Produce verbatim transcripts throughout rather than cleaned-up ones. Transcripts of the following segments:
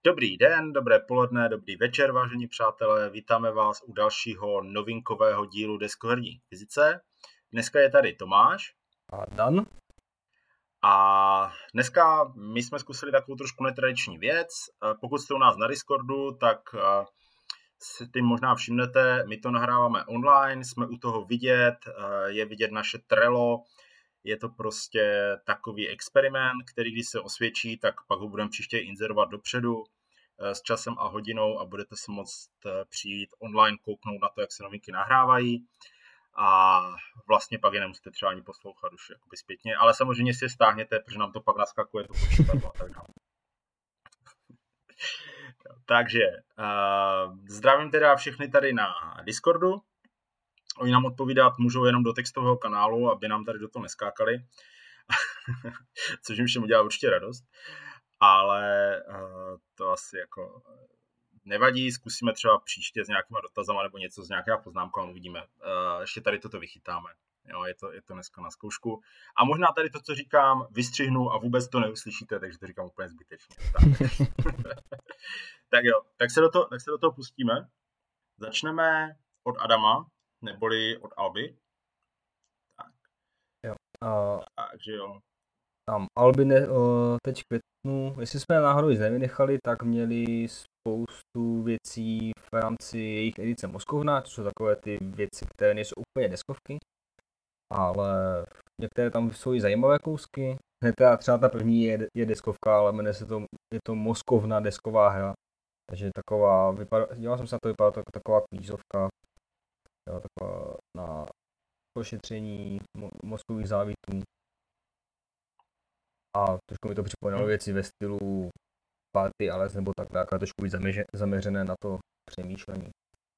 Dobrý den, dobré poledne, dobrý večer, vážení přátelé. Vítáme vás u dalšího novinkového dílu Deskoherní fyzice. Dneska je tady Tomáš. A Dan. A dneska my jsme zkusili takovou trošku netradiční věc. Pokud jste u nás na Discordu, tak si tím možná všimnete, my to nahráváme online, jsme u toho vidět, je vidět naše Trello. Je to prostě takový experiment, který když se osvědčí, tak pak ho budeme příště inzerovat dopředu s časem a hodinou a budete se moct přijít online, kouknout na to, jak se novinky nahrávají a vlastně pak je nemusíte třeba ani poslouchat už jakoby zpětně, ale samozřejmě si je stáhněte, protože nám to pak naskakuje to počítadlo a tak dále. Takže uh, zdravím teda všechny tady na Discordu. Oni nám odpovídat můžou jenom do textového kanálu, aby nám tady do toho neskákali, což jim všem udělá určitě radost, ale uh, to asi jako nevadí, zkusíme třeba příště s nějakýma dotazama nebo něco s nějaká poznámkou a uvidíme. Uh, ještě tady toto vychytáme. Jo, je to, je to dneska na zkoušku. A možná tady to, co říkám, vystřihnu a vůbec to neuslyšíte, takže to říkám úplně zbytečně. Tak, tak jo, tak se, do toho, tak se do toho pustíme. Začneme od Adama, neboli od Alby. Tak. Jo. Uh, Takže jo. Tam Alby ne, uh, teď květnu, jestli jsme náhodou nic nevynechali, tak měli spoustu věcí v rámci jejich edice Moskovna, to jsou takové ty věci, které nejsou úplně deskovky, ale některé tam jsou i zajímavé kousky. Hned třeba ta první je, je deskovka, ale jmenuje se to, je to Moskovna desková hra, takže taková, vypadá, dělal jsem se na to, vypadá to jako taková kvízovka, jo, taková na prošetření mozkových závitů. A trošku mi to připomínalo věci ve stylu Party Ales nebo tak dále, trošku víc zaměřené na to přemýšlení.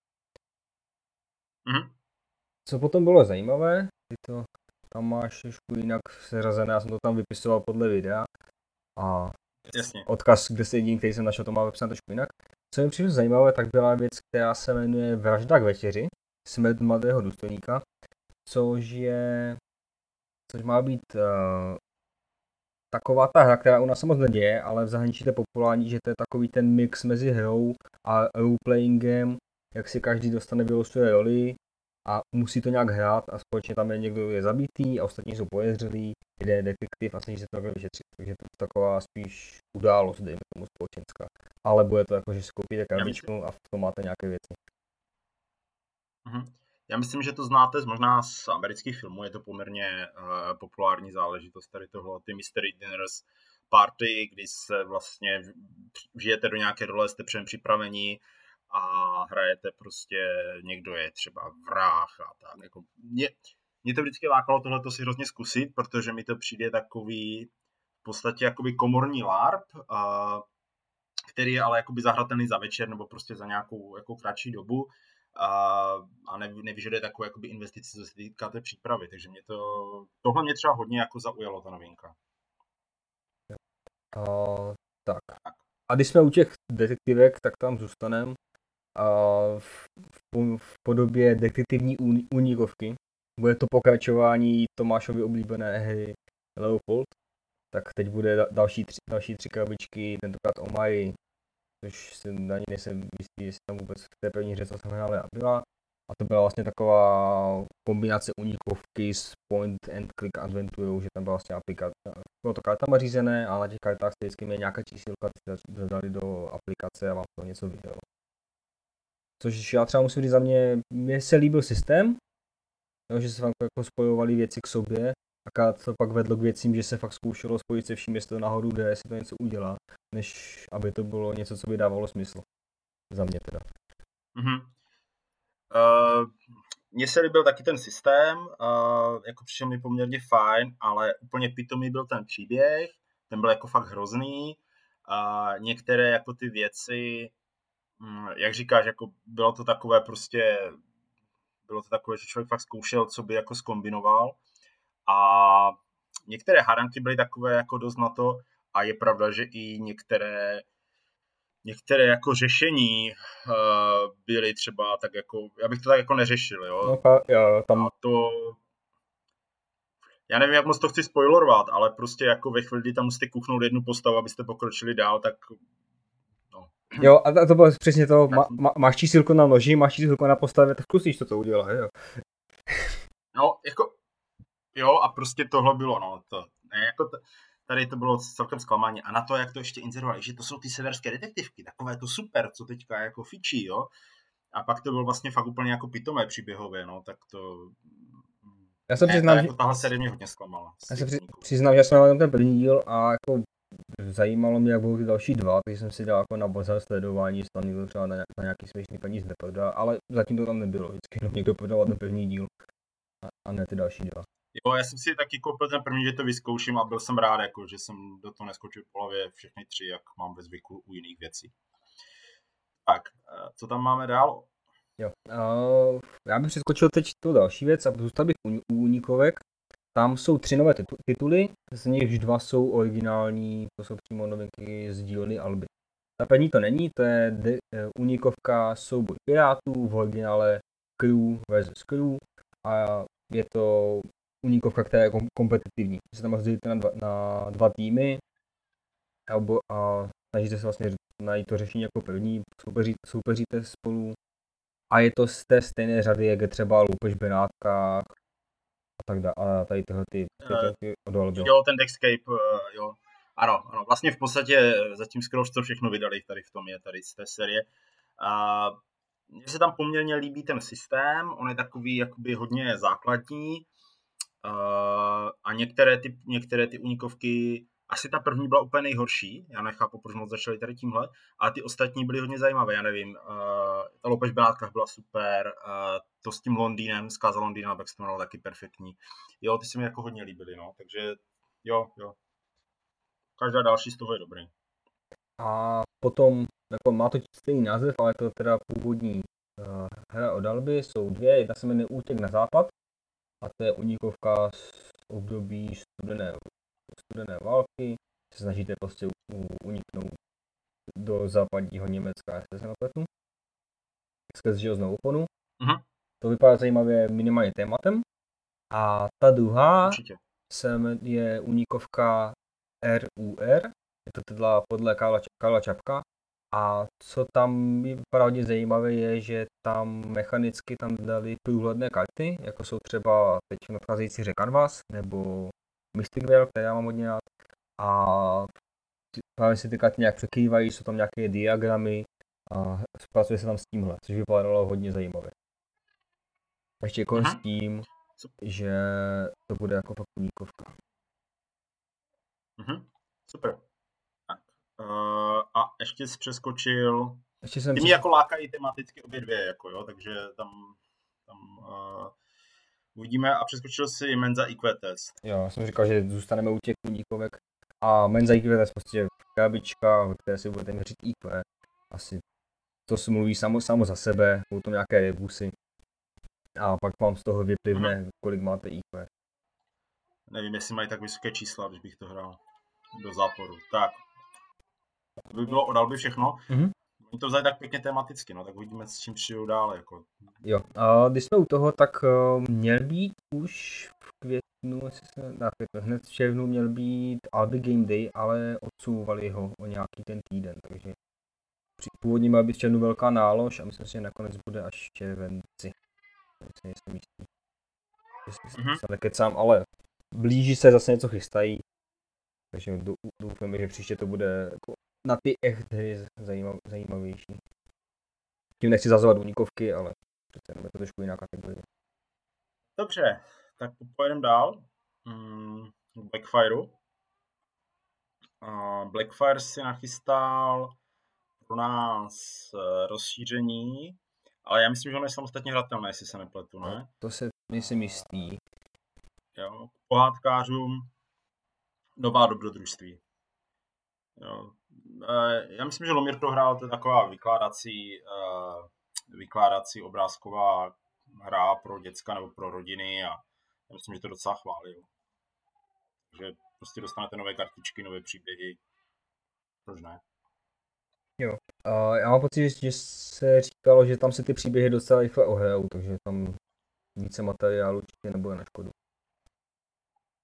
Mm-hmm. Co potom bylo zajímavé, ty to tam máš trošku jinak seřazené, já jsem to tam vypisoval podle videa a Jasně. Odkaz, kde se jediný, který jsem našel, to má vypsat trošku jinak. Co mi přišlo zajímavé, tak byla věc, která se jmenuje Vražda k večeři, smrt mladého důstojníka, což je, což má být uh, taková ta hra, která u nás se moc neděje, ale v zahraničí to je populární, že to je takový ten mix mezi hrou a roleplayingem, jak si každý dostane vylosuje roli a musí to nějak hrát a společně tam je někdo je zabitý a ostatní jsou podezřelí, jeden je detektiv a snaží se to takhle vyšetřit, takže to je taková spíš událost, dejme tomu společenská, ale bude to jako, že si koupíte krabičku a v tom máte nějaké věci. Mhm. Já myslím, že to znáte možná z amerických filmů, je to poměrně uh, populární záležitost, tady tohle, ty Mystery Dinners party, kdy se vlastně žijete do nějaké role, jste předem připraveni a hrajete prostě, někdo je třeba vrah a tak. Jako, mě, mě to vždycky lákalo tohleto si hrozně zkusit, protože mi to přijde takový v podstatě jakoby komorní LARP, uh, který je ale jakoby zahratelný za večer nebo prostě za nějakou jako kratší dobu. A, a ne, nevyžaduje takovou jakoby investici, co se týká té přípravy, takže mě to, tohle mě třeba hodně jako zaujalo, ta novinka. A, tak. A když jsme u těch detektivek, tak tam zůstaneme v, v, v podobě detektivní únikovky. Bude to pokračování Tomášovy oblíbené hry Leopold, tak teď bude další tři, další tři krabičky, tentokrát Omai, což si na ní nejsem jistý, jestli tam vůbec v té první hře, co jsem hrál, byla. A to byla vlastně taková kombinace unikovky s point and click adventurou, že tam byla vlastně aplikace. Bylo to kartama řízené, ale na těch kartách se vždycky měla nějaká čísilka, dodali do aplikace a vám to něco vidělo. Což já třeba musím říct za mě, mně se líbil systém, jo, že se fakt jako spojovali věci k sobě, a to pak vedlo k věcím, že se fakt zkoušelo spojit se vším, jestli to nahoru jde, jestli to něco udělá, než aby to bylo něco, co by dávalo smysl. Za mě teda. Mm-hmm. Uh, mně se líbil taky ten systém, uh, jako přišel mi poměrně fajn, ale úplně pitomý byl ten příběh, ten byl jako fakt hrozný. Uh, některé jako ty věci, um, jak říkáš, jako bylo to takové prostě, bylo to takové, že člověk fakt zkoušel, co by jako zkombinoval. A některé hádanky byly takové jako dost na to a je pravda, že i některé některé jako řešení uh, byly třeba tak jako, já bych to tak jako neřešil, jo. No, pa, jo, tam... A to, já nevím, jak moc to chci spoilerovat, ale prostě jako ve chvíli, kdy tam musíte kuchnout jednu postavu, abyste pokročili dál, tak no, Jo, a to bylo přesně to, má, jsem... má, máš čísilko na noži, máš čísilko na postavě, tak zkusíš to, co udělá, jo. No, jako, jo, a prostě tohle bylo, no, to, ne, jako t- tady to bylo celkem zklamání. A na to, jak to ještě inzerovali, že to jsou ty severské detektivky, takové to super, co teďka jako fičí, jo. A pak to byl vlastně fakt úplně jako pitomé příběhově, no, tak to... Já se Ne, přiznám, ta, že... jako tahle série mě hodně zklamala. Já se při, přiznám, že jsem na ten první díl a jako zajímalo mě, jak budou ty další dva, takže jsem si dal jako na bazar sledování, jestli tam někdo třeba na, na nějaký směšný peníz neprodá, ale zatím to tam nebylo, vždycky jenom někdo prodal ten první díl a, a ne ty další dva. Jo, já jsem si taky koupil ten první, že to vyzkouším a byl jsem rád, jako, že jsem do toho neskočil po hlavě všechny tři, jak mám ve zvyku u jiných věcí. Tak, co tam máme dál? Jo, uh, já bych přeskočil teď tu další věc a zůstal bych u, u Únikovek. Tam jsou tři nové titu- tituly, z nichž dva jsou originální, to jsou přímo novinky z dílny Alby. Ta první to není, to je de- Únikovka souboj pirátů, v originále Crew versus Crew a je to Únikovka, která je kom- kompetitivní. Se tam rozdělíte na dva, na dva týmy a, a snažíte se vlastně najít to řešení jako první, soupeří, soupeříte spolu. A je to z té stejné řady, jak je třeba loupež v Benátkách a tak dále. A tady tyhle ty, ty, ty odolby. Jo, ten Dexcape, jo. Ano, ano, vlastně v podstatě zatím skoro co všechno vydali tady v tom je, tady z té série. A mně se tam poměrně líbí ten systém, on je takový jakoby hodně základní a některé ty, některé ty únikovky, asi ta první byla úplně nejhorší, já nechápu, proč moc začali tady tímhle, a ty ostatní byly hodně zajímavé, já nevím, uh, ta loupež v Benátkách byla super, uh, to s tím Londýnem, zkáza Londýna, tak se to jmenovalo taky perfektní. Jo, ty se mi jako hodně líbily, no, takže jo, jo. Každá další z toho je dobrý. A potom, jako má to stejný název, ale to teda původní uh, hra od Alby, jsou dvě, jedna se jmenuje Útěk na západ, a to je unikovka z období studené, studené války, se snažíte prostě uniknout do západního Německa, jestli se nepletu, skrz železnou oponu. Uh-huh. To vypadá zajímavě minimálně tématem. A ta druhá Určitě. se je unikovka R U R, je to teda podle Karla, Karla Čapka. A co tam vypadá hodně zajímavé je, že tam mechanicky tam dali průhledné karty, jako jsou třeba teď nadcházející hře Canvas nebo Mystic Well, které já mám hodně rád. A právě si ty karty nějak překrývají, jsou tam nějaké diagramy a zpracuje se tam s tímhle, což vypadalo hodně zajímavé. Ještě jako s tím, že to bude jako fakt unikovka. Mhm. Super. Tak. Uh, a ještě jsi přeskočil... Ještě jsem Ty přes... mě jako lákají tematicky obě dvě, jako jo, takže tam, tam uh, uvidíme. A přeskočil si Menza I Q test. Jo, já jsem říkal, že zůstaneme u těch unikovek. A Menza I Q test prostě krabička, ve které si budete měřit I Q. Asi to se mluví samo, samo za sebe, jsou to nějaké rebusy. A pak vám z toho vyplivne, hmm. kolik máte I Q. Nevím, jestli mají tak vysoké čísla, když bych to hrál do záporu. Tak, to by bylo od Alby všechno. Mm-hmm. Oni to vzali tak pěkně tematicky, no, tak uvidíme, s čím přijdou dále. Jako. Jo, a když jsme u toho, tak uh, měl být už v květnu, jestli se, na květnu, hned v červnu měl být Alby Game Day, ale odsouvali ho o nějaký ten týden, takže původně měla být v červnu velká nálož a myslím si, že nakonec bude až v červenci. Takže nejsem jistý. Mm-hmm. Se nekecám, ale blíží se, zase něco chystají, takže doufáme, že příště to bude jako na ty hry zajímav, zajímavější. Tím nechci zazovat unikovky, ale přece jenom je to trošku jiná kategorie. Dobře, tak pojedeme dál. Hmm, Blackfireu. Uh, Blackfire si nachystal pro nás uh, rozšíření, ale já myslím, že ono je samostatně hratelné, jestli se nepletu, ne? To se nejsem jistý. Jo, pohádkářům nová dobrodružství. Jo. Já myslím, že Lomír to hrál, to je taková vykládací, vykládací obrázková hra pro děcka nebo pro rodiny a já myslím, že to docela chválil. Takže prostě dostanete nové kartičky, nové příběhy. Proč ne? Jo. A já mám pocit, že se říkalo, že tam se ty příběhy docela rychle ohrajou, takže tam více materiálu určitě nebude na škodu.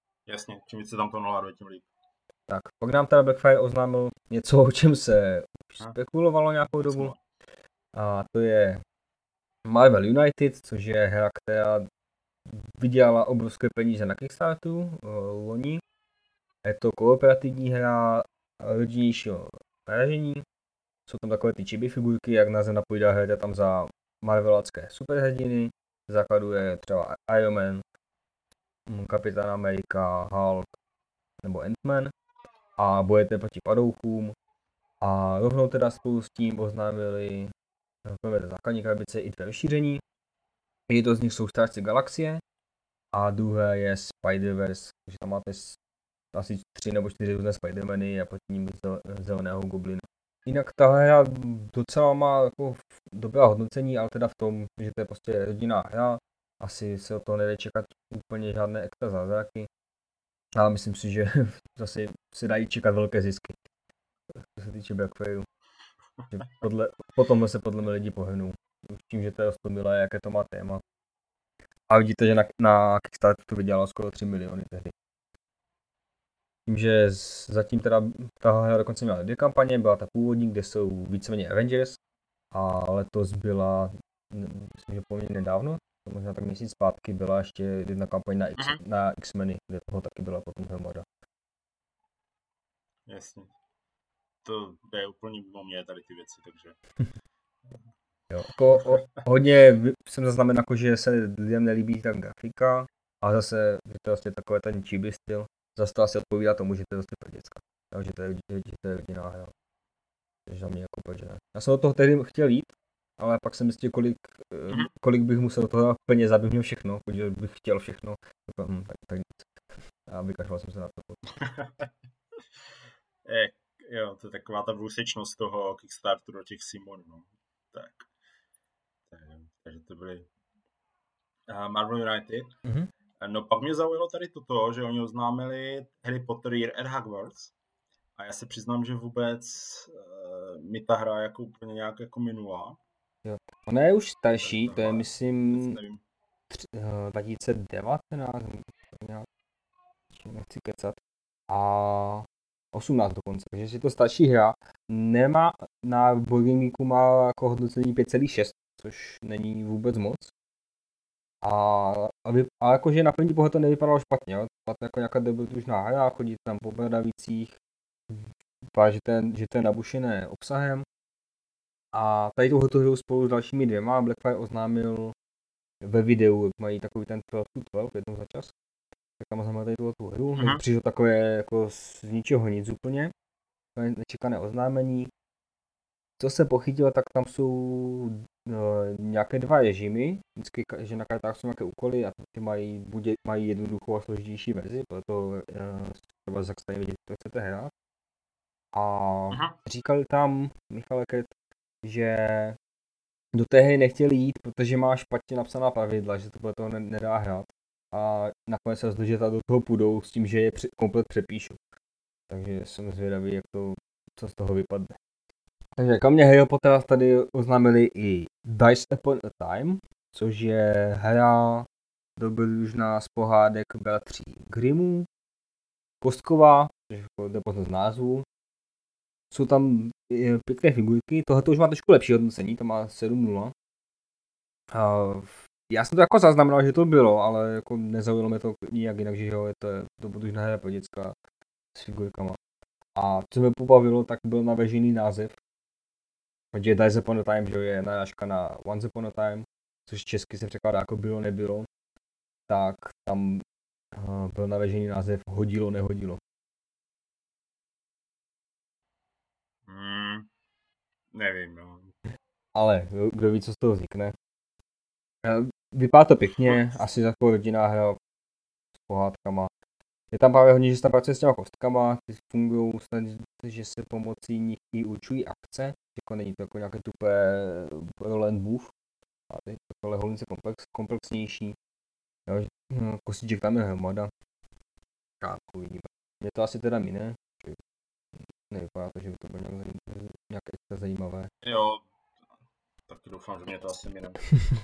Jasně, čím více tam to naladuje, tím líp. Tak, pak nám teda Blackfire oznámil něco, o čem se spekulovalo nějakou dobu. A to je Marvel United, což je hra, která vydělala obrovské peníze na Kickstarteru loni. Je to kooperativní hra rodinnějšího naražení. Jsou tam takové ty chibi figurky, jak název napovídá, hrajete tam za marvelacké superhrdiny. V základu je třeba Iron Man, Kapitán Amerika, Hulk nebo Ant-Man. A bojujete proti padouchům. A rovnou teda spolu s tím oznámili prvé základní krabice i dvě rozšíření. Jedno z nich jsou Strážci galaxie a druhé je Spider-Verse, takže tam máte asi tři nebo čtyři různé Spider-Many a proti ním zeleného goblina. Jinak ta hra docela má jako dobré hodnocení, ale teda v tom, že to je prostě rodinná hra, asi se od toho nejde čekat úplně žádné extra zázraky, ale myslím si, že zase se dají čekat velké zisky, co se týče Black Friday. Podle, potom se podle mě lidi pohnou. Už tím, že to je ostomilé, jaké to má téma. A vidíte, že na, na Kickstarteru to vydělalo skoro tři miliony tehdy. Tím, že zatím teda ta hra dokonce měla dvě kampaně, byla ta původní, kde jsou víceméně Avengers, a letos byla, myslím, že poměrně nedávno, možná tak měsíc zpátky, byla ještě jedna kampaň na, X, na X-meny, kde toho taky byla potom hromada. Jasně. To je úplně mimo mě tady ty věci, takže... Jo, jako o, hodně jsem zaznamenal, jako, že se lidem nelíbí ta grafika, a zase, že to je vlastně takové ten chibi styl, zase to asi odpovídá tomu, že to je zase pro děcka, takže to je, že to je rodinná hra. Takže za mě jako proč ne. Já jsem od toho tehdy chtěl jít, ale pak jsem myslel, kolik, kolik bych musel toho peněz, abych měl všechno, protože bych chtěl všechno, tak, hm, tak, tak nic. A vykašlal jsem se na to. je, jo, to je taková ta dvousečnost toho Kickstarteru do těch Simon, no. Tak. Takže to byly uh, Marvel United. Mm-hmm. No pak mě zaujalo tady toto, že oni oznámili Harry Potter Year at Hogwarts. A já se přiznám, že vůbec uh, mi ta hra jako úplně nějak jako minula. Jo. Ona je už starší, to je myslím dva tisíce devatenáct, nějak, nechci kecat, a osmnáct dokonce, takže je to starší hra. Nemá, na Board Game Geeku má jako hodnocení pět celá šest, což není vůbec moc. A, a, vy, a jakože na první pohled to nevypadalo špatně, jo. To jako nějaká dobrodružná hra, chodit tam po bradavicích, vypadá, že, ten, že to je nabušené obsahem. A tady tuhletu hru spolu s dalšími dvěma Blackfire oznámil ve videu, jak mají takový ten dvanáct to dvanáct jednou za čas. Tak tam oznámil tady tuhletu hru, mm-hmm. Přišlo takové jako z ničeho nic úplně, nečekané oznámení. Co se pochytilo, tak tam jsou no, nějaké dva režimy, vždycky, že na kartách jsou nějaké úkoly a ty mají, buď mají jednoduchou a složitější verzi, proto třeba jak tady vidět, to chcete hrát. A aha. Říkali tam Michal Kret, že do té hry nechtěli jít, protože má špatně napsaná pravidla, že to bude toho nedá hrát. A nakonec se rozhodli, že do toho půjdou s tím, že je při, komplet přepíšu. Takže jsem zvědavý, jak to, co z toho vypadne. Takže kromě Harry Pottera tady oznámili i Dice Upon a Time, což je hra dobrodružná z pohádek bratří Grimmů, kostková, což jde potom z názvu. Jsou tam pěkné figurky, tohle to už má trošku lepší hodnocení, to má sedm nula. Já jsem to jako zaznamenal, že to bylo, ale jako nezaujalo mě to nijak jinak, že jo, je to dobrodružná hra pro děcka s figurkama. A co mě pobavilo, tak byl navržený název. Protože Dice Upon a Time, že je narážka na Once Upon a Time, což česky se překládá jako bylo, nebylo. Tak tam uh, byl navržený název Hodilo, nehodilo. Hmm, nevím, no. Ale kdo ví, co z toho vznikne. Vypadá to pěkně, asi taková rodinná hra s pohádkama. Je tam právě hodně, že se tam pracuje s těma kostkama, ty fungují snad, že se pomocí nich i určují akce, jako není to jako nějaké tupé roll and move, a teď takové holnice komplex, komplexnější. Jo, kostiček tam je hromada. Tak uvidíme. Mě to asi teda mine, že nevypadá to, že by to bylo nějak, nějak extra zajímavé. Jo, taky doufám, že mě to asi mine.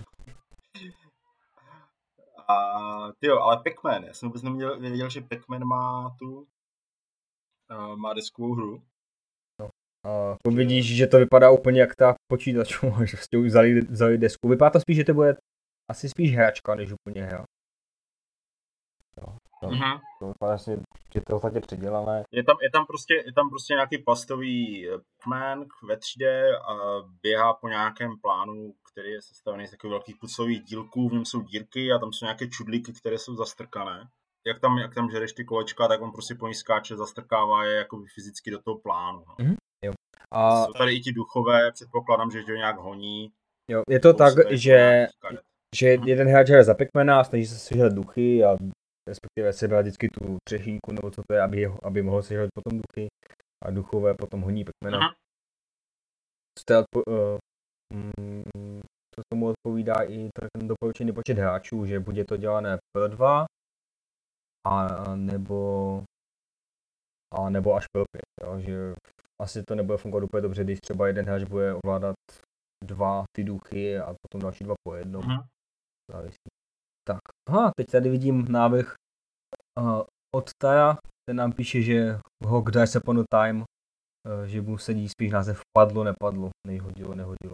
A tyjo, ale Pac-Man, já jsem vůbec nevěděl, věděl, že Pac-Man má tu, uh, má deskovou hru. No, A vidíš, že to vypadá úplně jak ta počítačová, že vlastně už vzali, vzali desku. Vypadá to spíš, že to bude asi spíš hračka, než úplně hra. Jo, to, Mm-hmm. to vypadá vlastně, že to je vlastně předělané. Je tam, je tam prostě, je tam prostě nějaký plastový Pac-Man ve tři dé a běhá po nějakém plánu, který je sestavený z takových velkých puclových dílků, v něm jsou dírky a tam jsou nějaké čudlíky, které jsou zastrkané. Jak tam, jak tam žereš ty kolečka, tak on prostě po ní skáče, zastrkává je jako fyzicky do toho plánu. No. Mm-hmm. Jo. A jsou tady i ti duchové, předpokládám, že to nějak honí. Jo, je to tak, že, že jeden hráč hraje za Pac-Mana a snaží se sežrat duchy a respektive sebrat vždycky tu třešínku nebo co to je, aby, aby mohl sežrat potom duchy a duchové potom honí Pac-Mana. Stealth, uh, mm, to tomu odpovídá i ten doporučený počet hráčů, že bude to dělané pro dva a nebo a nebo až pro pět, jo, že asi to nebude fungovat úplně dobře, když třeba jeden hráč bude ovládat dva ty duchy a potom další dva po jednom. Mm-hmm. Závisí. Tak, aha, teď tady vidím návrh uh, od Tara, ten nám píše, že Hog Dice Upon a Time, uh, že mu sedí spíš název padlo, nepadlo, než hodilo, nehodilo.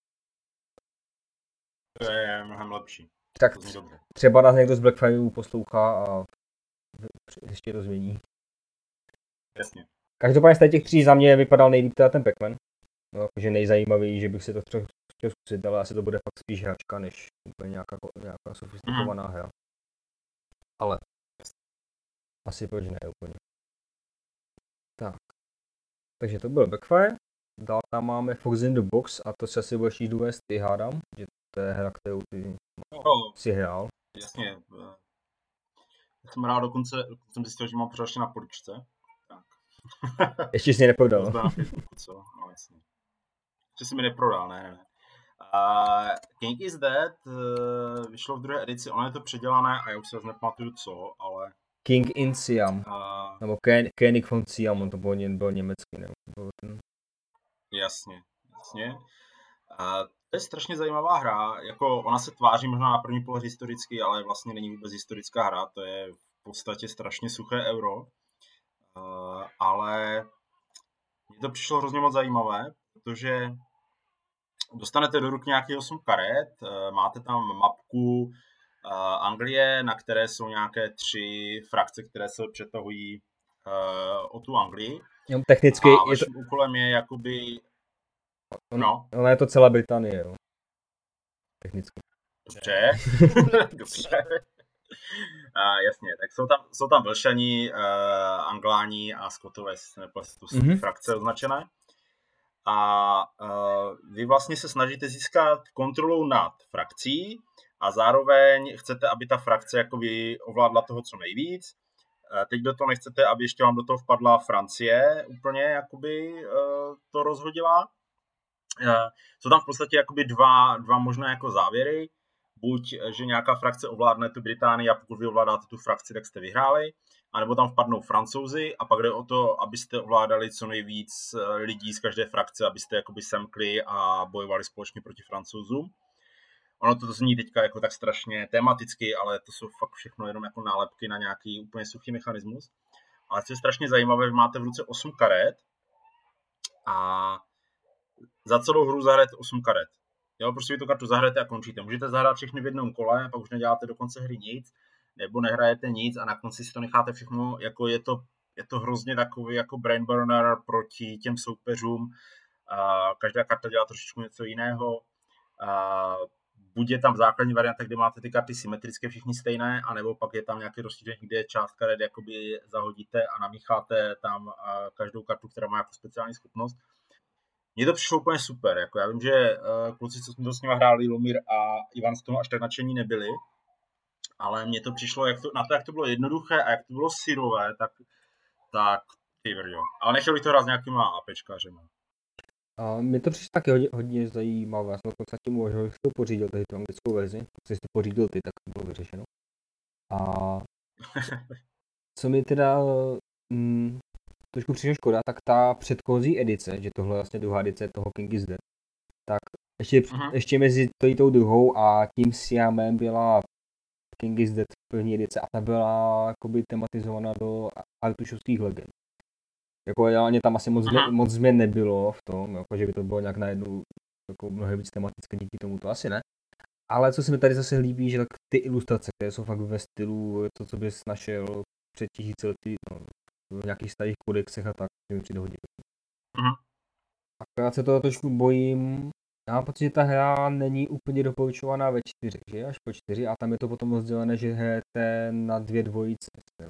To je mnohem lepší. Tak třeba nás někdo z Blackfireu poslouchá a ještě to změní. Jasně. Každopádně z těch tří za mě vypadal nejlíp teda ten Pac-Man. No, jakože nejzajímavější, že bych si to třeba chtěl zkusit, ale asi to bude fakt spíš hračka, než úplně nějaká, nějaká sofistikovaná mm. hra. Ale asi proč ne úplně. Tak. Takže to byl Backfire. Dál tam máme Fox in the Box a to se asi budeš jít uvést ty, hádám, že to je hra, kterou ty no, si hrál. Jasně. Já jsem hrál dokonce, jsem zjistil, že mám pořád ještě na poličce. Tak. Ještě jsi mě neprodal. Na Facebooku, co? No jasně. Ještě si mi neprodal, ne, ne. Uh, King is Dead uh, vyšlo v druhé edici, ono je to předělané a já už se vlastně nepamatuju co, ale... King in Siam, uh, nebo König von Siam, on to byl, byl německý, nebo byl ten... Jasně, jasně. Uh, to je strašně zajímavá hra, jako ona se tváří možná na první pohled historicky, ale vlastně není vůbec historická hra, to je v podstatě strašně suché euro, uh, ale mně to přišlo hrozně moc zajímavé, protože dostanete do ruk nějakých osm karet, máte tam mapku Anglie, na které jsou nějaké tři frakce, které se přetahují o tu Anglii. Jo, technicky a vaším to... úkolem je jakoby... No. Ona je to celá Británie, jo. Technicky. Dobře. Dobře. Uh, jasně, tak jsou tam, jsou tam Velšani, uh, Angláni a Skotové, nebo to jsou mm-hmm. frakce označené. A uh, vy vlastně se snažíte získat kontrolu nad frakcí a zároveň chcete, aby ta frakce jakoby ovládla toho co nejvíc. Uh, teď do toho nechcete, aby ještě vám do toho vpadla Francie úplně jakoby uh, to rozhodila. Uh, jsou tam v podstatě jakoby dva, dva možné jako závěry. Buď, že nějaká frakce ovládne tu Británii a pokud vy ovládáte tu frakci, tak jste vyhráli, anebo tam vpadnou Francouzi a pak jde o to, abyste ovládali co nejvíc lidí z každé frakce, abyste jakoby semkli a bojovali společně proti Francouzům. Ono to zní teďka jako tak strašně tematicky, ale to jsou fakt všechno jenom jako nálepky na nějaký úplně suchý mechanismus. Ale co je strašně zajímavé, vy máte v ruce osm karet a za celou hru zahrajete osm karet. Jo, prostě vy tu kartu zahrajete a končíte. Můžete zahrát všechny v jednom kole, pak už neděláte do konce hry nic, nebo nehrajete nic a na konci si to necháte všechno, jako je to, je to hrozně takový jako brain burner proti těm soupeřům. A každá karta dělá trošičku něco jiného. A buď je tam základní varianta, kde máte ty karty symetrické, všichni stejné, anebo pak je tam nějaký rozšíření, kde část karet jakoby zahodíte a namícháte tam každou kartu, která má jako speciální schopnost. Mně to přišlo úplně super, jako já vím, že uh, kluci, co jsme to s nimi hráli, Lumír a Ivan z toho až tak nadšení nebyli, ale mně to přišlo, jak to, na to, jak to bylo jednoduché a jak to bylo syrové, tak, tak ty vrďo. Ale nechtěl bych to hrát s nějakýma APčkařema. A mě to přišlo taky hodně, hodně zajímavé, já jsem to podstatě možná, že to pořídil, tady tu anglickou verzi, když jsi to pořídil ty, tak to bylo vyřešeno. A co mi teda mm, trošku přišlo škoda, tak ta předchozí edice, že tohle vlastně druhá edice toho King is Dead, tak ještě, uh-huh. ještě mezi tou druhou a tím Siamem byla King is Dead první edice a ta byla jakoby tematizovaná do artušovských legend. Jako reálně tam asi moc, Aha. moc změn nebylo v tom, jako že by to bylo nějak najednou jako mnohem víc tematické díky tomu, to asi ne. Ale co se mi tady zase líbí, že tak ty ilustrace, které jsou fakt ve stylu to, co bys našel před tisíciletí, no, v nějakých starých kodexech a tak, že mi přijde hodně. Aha. Akorát se toho trošku bojím. Já mám pocit, že ta hra není úplně doporučovaná ve čtyři, že až po čtyři a tam je to potom rozdělené, že hrajete na dvě dvojice.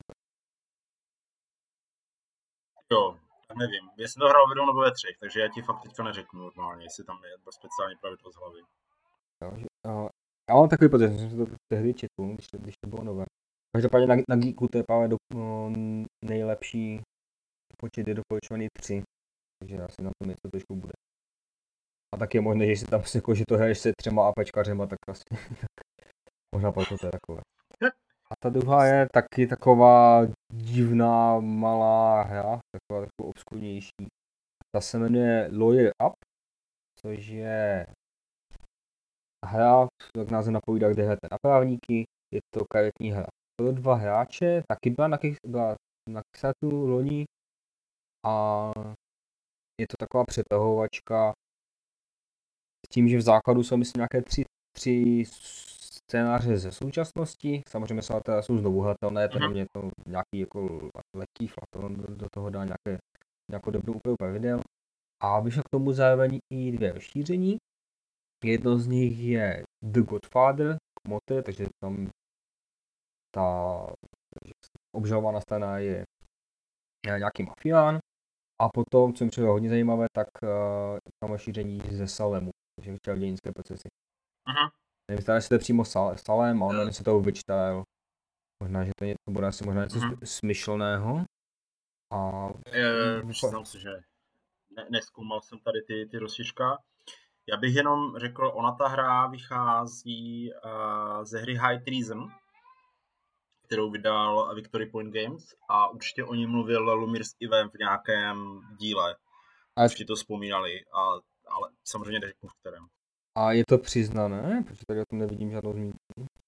Jo, tak nevím. Jestli to hrál ve dvou nebo ve třech, takže já ti fakt teďka neřeknu normálně, jestli tam je speciální pravidlo z hlavy. Jo, že, uh, já mám takový pocit, že jsem si to tehdy četl, když to, když to bylo nové. Každopádně na, na Geeku to je právě do, uh, nejlepší počet je doporučovaný tři, takže asi na tom něco trošku bude. A tak je možné, že si tam jako, že to hraješ se třema apečkařema, tak asi možná proto to je takové. A ta druhá je taky taková divná malá hra, taková trochu obskurnější. Ta se jmenuje Lawyer Up, což je hra, jak název napovídá, kde hrajete na právníky, je to karetní hra. Pro dva hráče, taky byla na, byla na Kickstarteru loni a je to taková přetahovačka s tím, že v základu jsou myslím nějaké tři, tři scénáře ze současnosti, samozřejmě jsou, teda jsou znovu hratelné, teda mě to nějaký jako lehký flaton do, do toho dá nějaké, nějakou dobrou úpravu pravidel. A vyšlo k tomu zároveň i dvě rozšíření. Jedno z nich je The Godfather, mote, takže tam ta obžalovaná strana je nějaký mafián. A potom, co mi přijde hodně zajímavé, tak uh, tam rozšíření ze Salemu, takže čarodějnické procesy. Aha. Nevím, jestli to je přímo Salem, a on se toho vyčtal. Možná, že to něco bude asi možná něco uh-huh. smyšleného. A e, přiznám se, že ne, nezkoumal jsem tady ty, ty rozšiřka. Já bych jenom řekl, ona ta hra vychází uh, ze hry High Treason, kterou vydal Victory Point Games a určitě o ní mluvil Lumír s Ivem v nějakém díle. A určitě to vzpomínali, a, ale samozřejmě neřeknu v kterém. A je to přiznané? Protože tady o tom nevidím žádnou zmínku.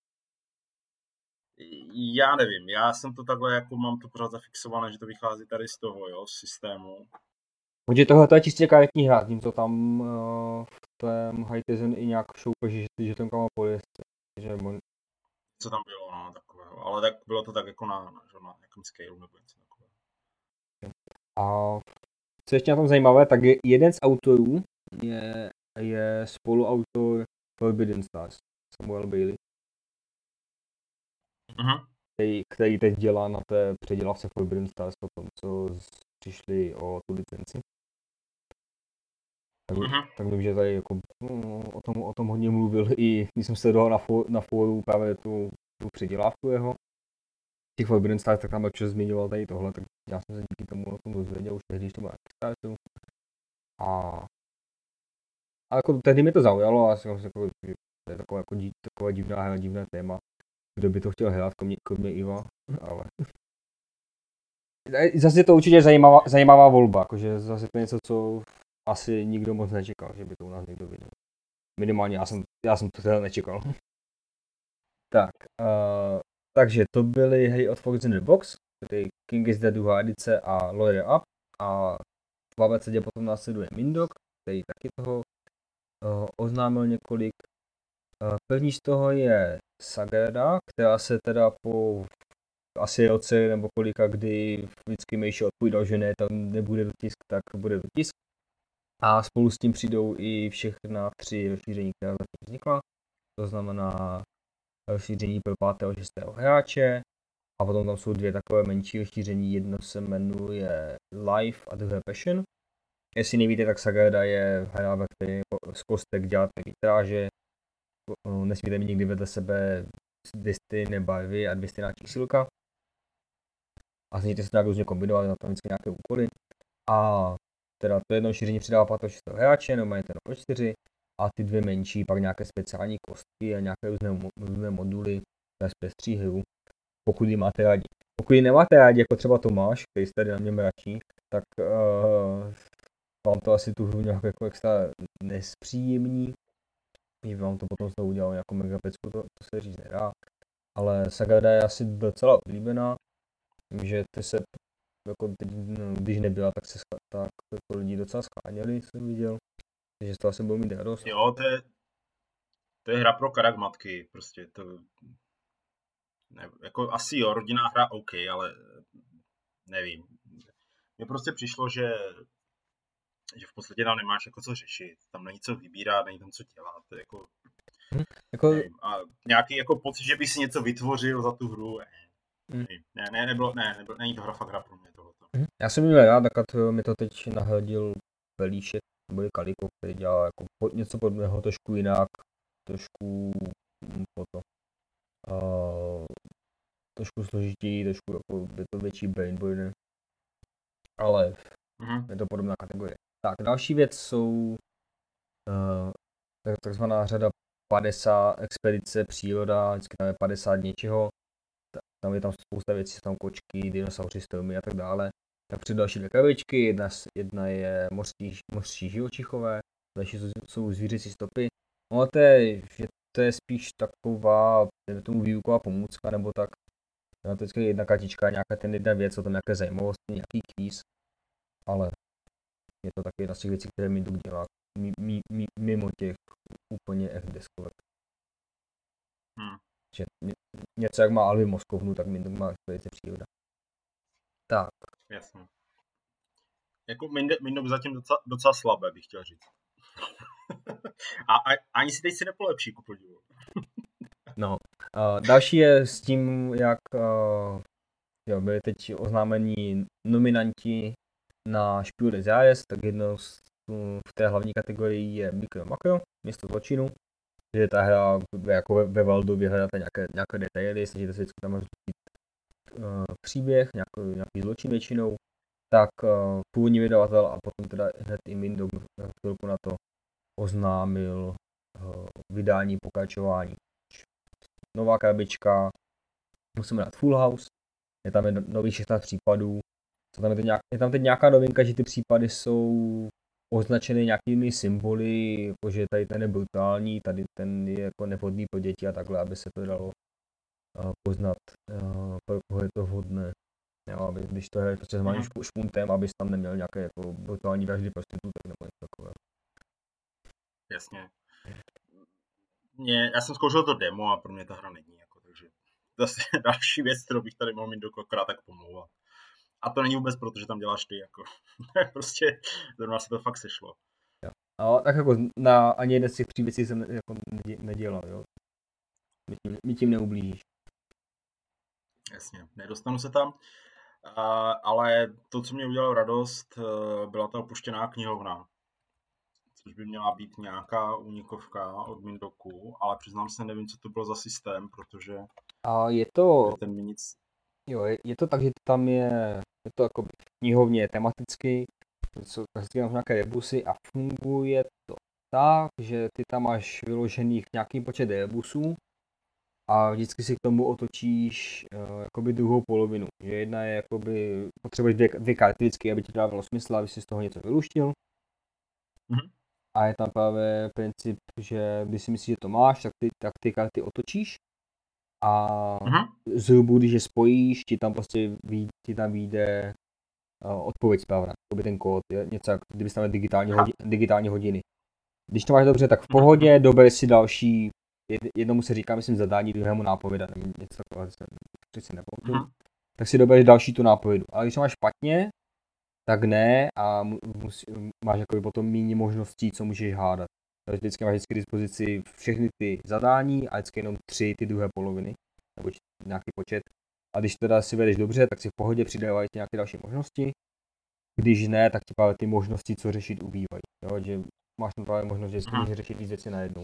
Já nevím, já jsem to takhle, jako mám to pořád zafixované, že to vychází tady z toho, jo, z systému. Protože tohle je čistě karetní hra, tím to tam uh, v tom High Treason i nějak šoupe, že, že ten kamal pověstce. Mon... Co tam bylo, no, takového, ale tak bylo to tak jako na, na, na nějakém scale nebo něco takového. A co ještě na tom zajímavé, tak je jeden z autorů je, je spoluautor Forbidden Stars, Samuel Bailey. Uh-huh. Který, který teď dělá na té předělávce Forbidden Stars po tom, co přišli o tu licenci. Tak, uh-huh. tak vím, že tady jako, no, o, tom, o tom hodně mluvil i když jsem se dohal na, fo, na fóru právě tu, tu předělávku jeho. Těch Forbidden Stars, tak tam občas zmiňoval tady tohle, tak já jsem se díky tomu o tom dozvěděl už tehdy, když to bylo na Kickstarteru. A, a jako tehdy mě to zaujalo a jsem si jako, že to je taková, jako, taková divná hra, divné téma. Kdo by to chtěl hrát, kromě, kromě Iva, ale... Zase je to určitě zajímavá, zajímavá volba, jakože zase to je něco, co asi nikdo moc nečekal, že by to u nás někdo viděl. Minimálně já jsem, já jsem to teda nečekal. Tak, uh, takže to byly hry od Fox in the Box, tedy King is Dead druhá edice a Lawyer Up. A v abecedě potom následuje Mindok, který taky toho uh, oznámil několik. Uh, první z toho je Sagrada, která se teda po asi roce nebo kolika, kdy vždycky Mejši odpovídal, že ne, tam nebude dotisk, tak bude dotisk. A spolu s tím přijdou i všechna tři rozšíření, která zatím vznikla. To znamená rozšíření pro pátého šestého hráče. A potom tam jsou dvě takové menší rozšíření. Jedno se jmenuje Life a druhé Passion. Jestli nevíte, tak Sagrada je hra, ve které z kostek děláte vitráže. Nesmíte mít nikdy vedle sebe dvě stejné barvy a dvě stejná čísilka. A snažíte se nějak různě kombinovat, na tam vždycky nějaké úkoly. A teda to jedno šíření přidává pátého šestého hráče, no mají ten pro čtyři. A ty dvě menší, pak nějaké speciální kostky a nějaké různé, různé moduly, které zpestří hru, pokud ji máte rádi. Pokud ji nemáte rádi, jako třeba Tomáš, který se tady na mě mračí, tak uh, vám to asi tu hru nějak jako extra nespříjemní. Že vám to potom znovu udělalo jako megapecku, to, to se říct nedá. Ale Sagrada je asi docela oblíbená. Vím, že ty se jako teď, no, když nebyla, tak se sch- tak jako lidi docela scháněli, jsem viděl. Takže z toho jsem byl mít radost. Jo, to je, to je hra pro karagmatky, prostě to, ne, jako asi jo, rodinná hra OK, ale nevím. Mně prostě přišlo, že, že v podstatě tam nemáš jako co řešit, tam není co vybírat, není tam co dělat, to je jako, Hm. Jako, nevím, a nějaký jako pocit, že by si něco vytvořil za tu hru, ne, hm. nevím, ne, ne, nebylo, ne, nebylo, není to hra fakt hra pro mě tohleto. Hm. Já jsem měl rád, tak to mi to teď nahradil Pelíšek, nebo je Kaliko, který dělá jako po- něco podobného, trošku jinak, trošku hm, po to. Uh, trošku složitý, trošku jako je to větší brainburner, ale Mhm. je to podobná kategorie. Tak, další věc jsou uh, tak- takzvaná řada padesát expedice, příroda, vždycky tam je padesát něčeho, ta- tam je tam spousta věcí, jsou tam kočky, dinosauři, stromy a tak dále. Tak přijde další dvě krabičky, jedna, s- jedna je mořský, mořský živočichové, další jsou, jsou zvířecí stopy. No to je, že to je spíš taková, dejme tomu výuková pomůcka, nebo tak. No, to je vždycky jedna kartička, nějaká ten jedna věc, o tom nějaké zajímavosti, nějaký kvíz, ale je to taky jedna z těch věcí, které mi Duk dělá mi, mi, mi, mimo těch úplně F deskovek. Hmm. Že ně, něco jak má Alvy v Moskovnu, tak mi Duk má expedice příroda. Tak. Jasně. Jako Mindok zatím docela, docela slabé, bych chtěl říct. a, a ani si teď si nepolepší, ku podivu. No. Uh, další je s tím, jak uh, jo, byli teď oznámení nominanti na Spiel des Jahres, tak jednou z, v té hlavní kategorii je Mikro Makro, město zločinu, že ta hra jako ve, ve Valdu vyhledáte nějaké, nějaké detaily, snažíte se vždycky tam rozhodit uh, příběh, nějaký, nějaký zločin většinou, tak uh, původní vydavatel a potom teda hned i Mindog chvilku na to oznámil uh, vydání pokračování. Nová krabička, musíme dát Full House, je tam nových šestnáct případů, co tam je, teď nějak, je tam teď nějaká novinka, že ty případy jsou označeny nějakými symboly, jakože tady ten je brutální, tady ten je jako nevhodný pro děti a takhle, aby se to dalo uh, poznat, uh, pro koho je to vhodné. Jo, aby, když to je prostě s malým Mhm. špuntem, abys tam neměl nějaké jako brutální vraždy prostitutek nebo něco takového. Jasně. Mě, já jsem zkoušel to demo a pro mě ta hra není. Jako, takže zase další věc, kterou bych tady mohl mít dokokrát tak pomlouvat. A to není vůbec proto, že tam děláš ty. Jako. prostě zrovna se to fakt sešlo. Jo. A tak jako na ani jeden z těch tří věcí jsem jako nedělal, jo. Mi tím, mi tím neublížíš. Jasně, nedostanu se tam. Uh, ale to, co mě udělalo radost, uh, byla ta opuštěná knihovna. Což by měla být nějaká únikovka od Mindoku, ale přiznám se, nevím, co to bylo za systém, protože A je to, ten mi nic... jo, je, je to tak, že tam je, je to jako knihovně tematicky, jsou klasicky tam nějaké rebusy a funguje to tak, že ty tam máš vyložených nějaký počet rebusů a vždycky si k tomu otočíš uh, jakoby druhou polovinu, že jedna je jakoby, potřebuješ dvě, dvě karty vždycky, aby ti to dávalo smysl, aby si z toho něco vyluštil. Mhm. A je tam právě princip, že když si myslíš, že to máš, tak ty, tak ty karty otočíš a Mhm. zhrubu, když je spojíš, ti tam prostě ví, ti tam vyjde uh, odpověď správná, by ten kód, je něco jak kdybys tam měl digitální, hodi, digitální hodiny. Když to máš dobře, tak v pohodě, dober si další, jed, jednomu se říká, myslím, zadání, druhému nápověda, nebo něco takového, si nepamatuju, Mhm. tak si dobereš další tu nápovědu. Ale když to máš špatně, tak ne a musí, máš jako potom méně možností, co můžeš hádat. Takže vždycky máš vždycky k dispozici všechny ty zadání a vždycky jenom tři ty druhé poloviny, nebo nějaký počet. A když teda si vedeš dobře, tak si v pohodě přidávají nějaké další možnosti. Když ne, tak ti právě ty možnosti, co řešit, ubývají. Jo, že máš tam právě možnost, že vždycky můžeš řešit víc věcí najednou.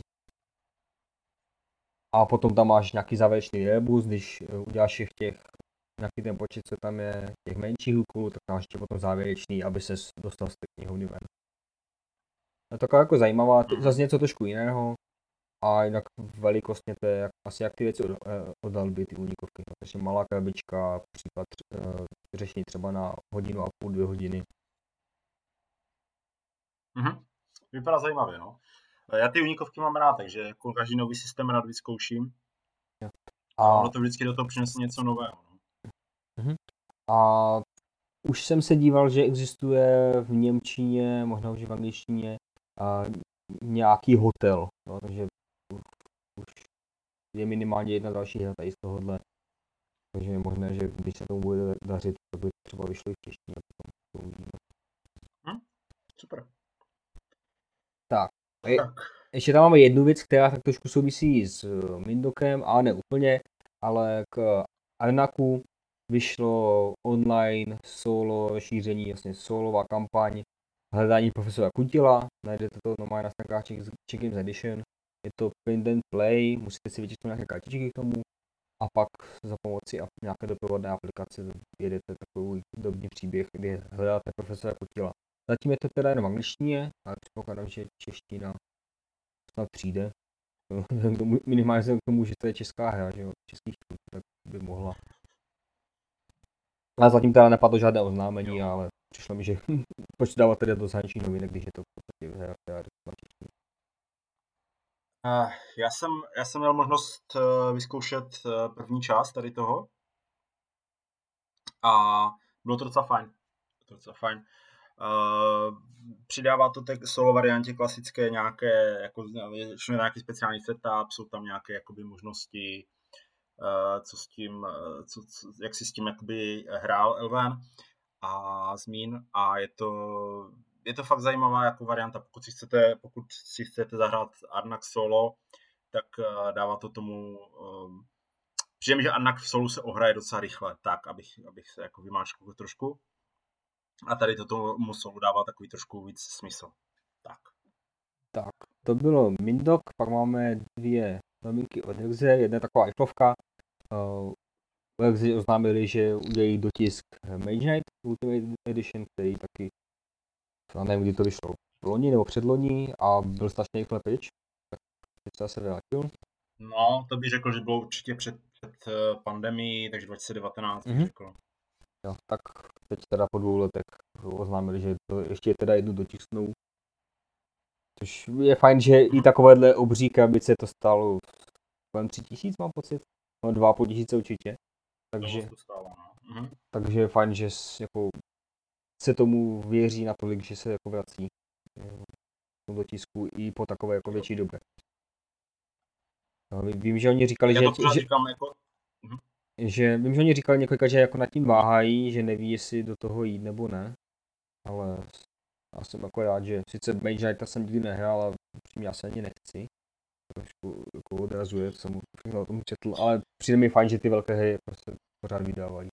A potom tam máš nějaký závěrečný rebus, když uděláš všech těch nějaký ten počet, co tam je těch menších úkolů, tak máš ještě potom závěrečný, aby ses dostal z té knihovny ven. Je taková jako zajímavá, zase něco trošku jiného a jinak velikostně to je jak, asi jak ty věci od, od Alby, ty únikovky. Takže malá krabička, případ uh, řešení třeba na hodinu a půl, dvě hodiny. Mhm. Vypadá zajímavě, no. Já ty únikovky mám rád, takže jako každý nový systém rád vyzkouším. A, a ono to vždycky do toho přinese něco nového. No. Uh-huh. A už jsem se díval, že existuje v němčině, možná už i v angličtině, a nějaký hotel, no, takže už, už je minimálně jedna další hra tady z tohohle. Takže je možné, že když se tomu bude dařit, to by třeba vyšlo i v češtině. Hm? Super. Tak. tak. Ještě tam máme jednu věc, která tak trošku souvisí s Mindokem, ale ne úplně, ale k Arnaku vyšlo online solo šíření, vlastně solová kampaň hledání profesora Kutila, najdete to normálně na stránkách Czech Games Edition, je to print and play, musíte si vytisknout nějaké kartičky k tomu a pak za pomoci nějaké doprovodné aplikace jedete takový dobrý příběh, kdy hledáte profesora Kutila. Zatím je to teda jenom v angličtině, ale předpokládám, že čeština snad přijde. Minimálně k tomu, že to je česká hra, že jo, českých tak by mohla. Ale zatím teda nepadlo žádné oznámení, jo. Ale přišlo mi, že proč dávat teda do zahraničních novinek, když je to v podstatě hra, která je na češtině. Uh, já, jsem, já jsem měl možnost uh, vyzkoušet uh, první část tady toho a bylo to docela fajn. Bylo to docela fajn. Uh, přidává to té solo variantě klasické nějaké, jako nějaký speciální setup, jsou tam nějaké jakoby možnosti, uh, co s tím, uh, co, co, jak si s tím jakoby hrál Elven a Zmín a je to, je to fakt zajímavá jako varianta, pokud si chcete, pokud si chcete zahrát Arnak solo, tak uh, dává to tomu, um, přijde mi, že Arnak v solu se ohraje docela rychle, tak, abych, abych se jako vymáčkl trošku. A tady to tomu solu dává takový trošku víc smysl. Tak. Tak, to bylo Mindok, pak máme dvě novinky od Hexe, jedna taková iflovka. Uh, Hexe oznámili, že udělají dotisk Mage Knight Ultimate Edition, který taky, já nevím, kdy to vyšlo, loni nebo předloni a byl strašně rychle pryč, tak teď se zase vrátil. No, to bych řekl, že bylo určitě před, před pandemií, takže dva tisíce devatenáct bych mm-hmm. řekl. Jo, tak teď teda po dvou letech oznámili, že to ještě teda jednu dotisknou. Což je fajn, že i takovéhle obří krabice to stálo kolem tři tisíc, mám pocit. No dva a půl tisíce určitě. Takže, to stálo, no. Mhm. takže je fajn, že jako, se tomu věří natolik, že se jako vrací do dotisku i po takové jako větší době. No, vím, že oni říkali, Já že, to že, říkám jako... mhm. že vím, že oni říkali několika, že jako nad tím váhají, že neví, jestli do toho jít nebo ne. Ale já jsem jako rád, že sice Mage Knighta jsem nikdy nehrál, ale přímě já se ani nechci. Trošku jako odrazuje, jsem všechno o tom četl, ale přijde mi fajn, že ty velké hry prostě pořád vydávají.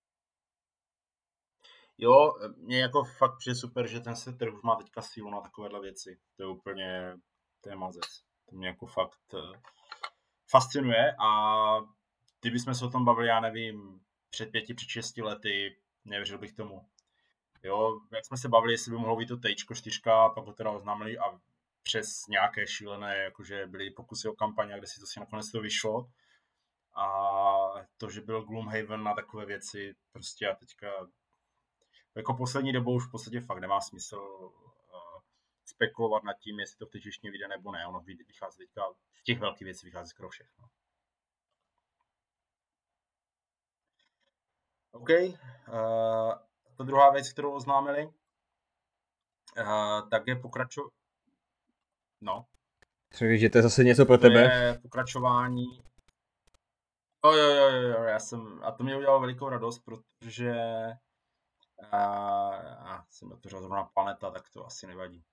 Jo, mě jako fakt přijde super, že ten se trh už má teďka sílu na takovéhle věci. To je úplně, to je mazec. To mě jako fakt fascinuje a kdybychom se o tom bavili, já nevím, před pěti, před šesti lety, nevěřil bych tomu. Jo, jak jsme se bavili, jestli by mohlo být to Tčko čtyřka, pak ho teda oznámili a přes nějaké šílené, jakože byly pokusy o kampaně, kde si to si nakonec to vyšlo. A to, že byl Gloomhaven na takové věci, prostě a teďka jako poslední dobou už v podstatě fakt nemá smysl uh, spekulovat nad tím, jestli to v té češtině vyjde nebo ne. Ono vychází teďka, v těch velkých věcí vychází skoro všechno. OK. Uh, to druhá věc, kterou oznámili, uh, tak je pokračování. No. Takže to je zase něco pro to tebe. Je pokračování. Jo, jo, jo, jo, já jsem, a to mě udělalo velikou radost, protože a, a jsem otevřel zrovna Planeta, tak to asi nevadí.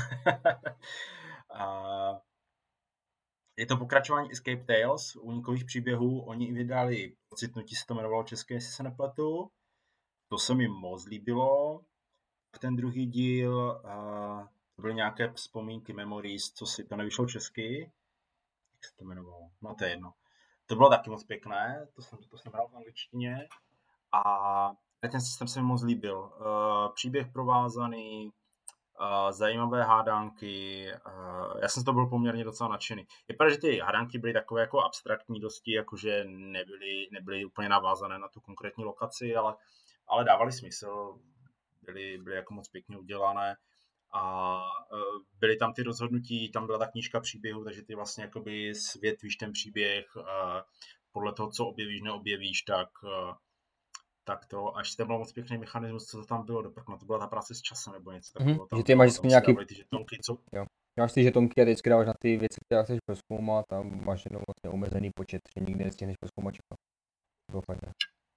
a, je to pokračování Escape Tales, únikových příběhů, oni i vydali, ocitnutí se to jmenovalo české, jestli se nepletu, to se mi moc líbilo. Ten druhý díl, uh, to byly nějaké vzpomínky, memories, co si, to nevyšlo česky, jak se to jmenovalo, no to je jedno. To bylo taky moc pěkné, to jsem, to jsem hrál v angličtině a ten systém se mi moc líbil. Uh, příběh provázaný, uh, zajímavé hádánky, uh, já jsem z toho byl poměrně docela nadšený. Je pravda, že ty hádánky byly takové jako abstraktní dosti, jakože nebyly, nebyly úplně navázané na tu konkrétní lokaci, ale, ale dávaly smysl, byly, byly jako moc pěkně udělané. A uh, byly tam ty rozhodnutí, tam byla ta knížka příběhu, takže ty vlastně jakoby světvíš ten příběh uh, podle toho, co objevíš, neobjevíš, tak, uh, tak to, až to byl moc pěkný mechanismus, co to tam bylo, doprkno, to byla ta práce s časem nebo něco Mhm, takového. Tam že ty máš bylo, vždycky tam si nějaký, dávali ty žetonky, co... jo, máš ty žetonky a vždycky dáváš na ty věci, které chceš prozkoumat, tam máš jenom vlastně omezený počet, že nikdy nestihneš prozkoumat všechno. To bylo fajn.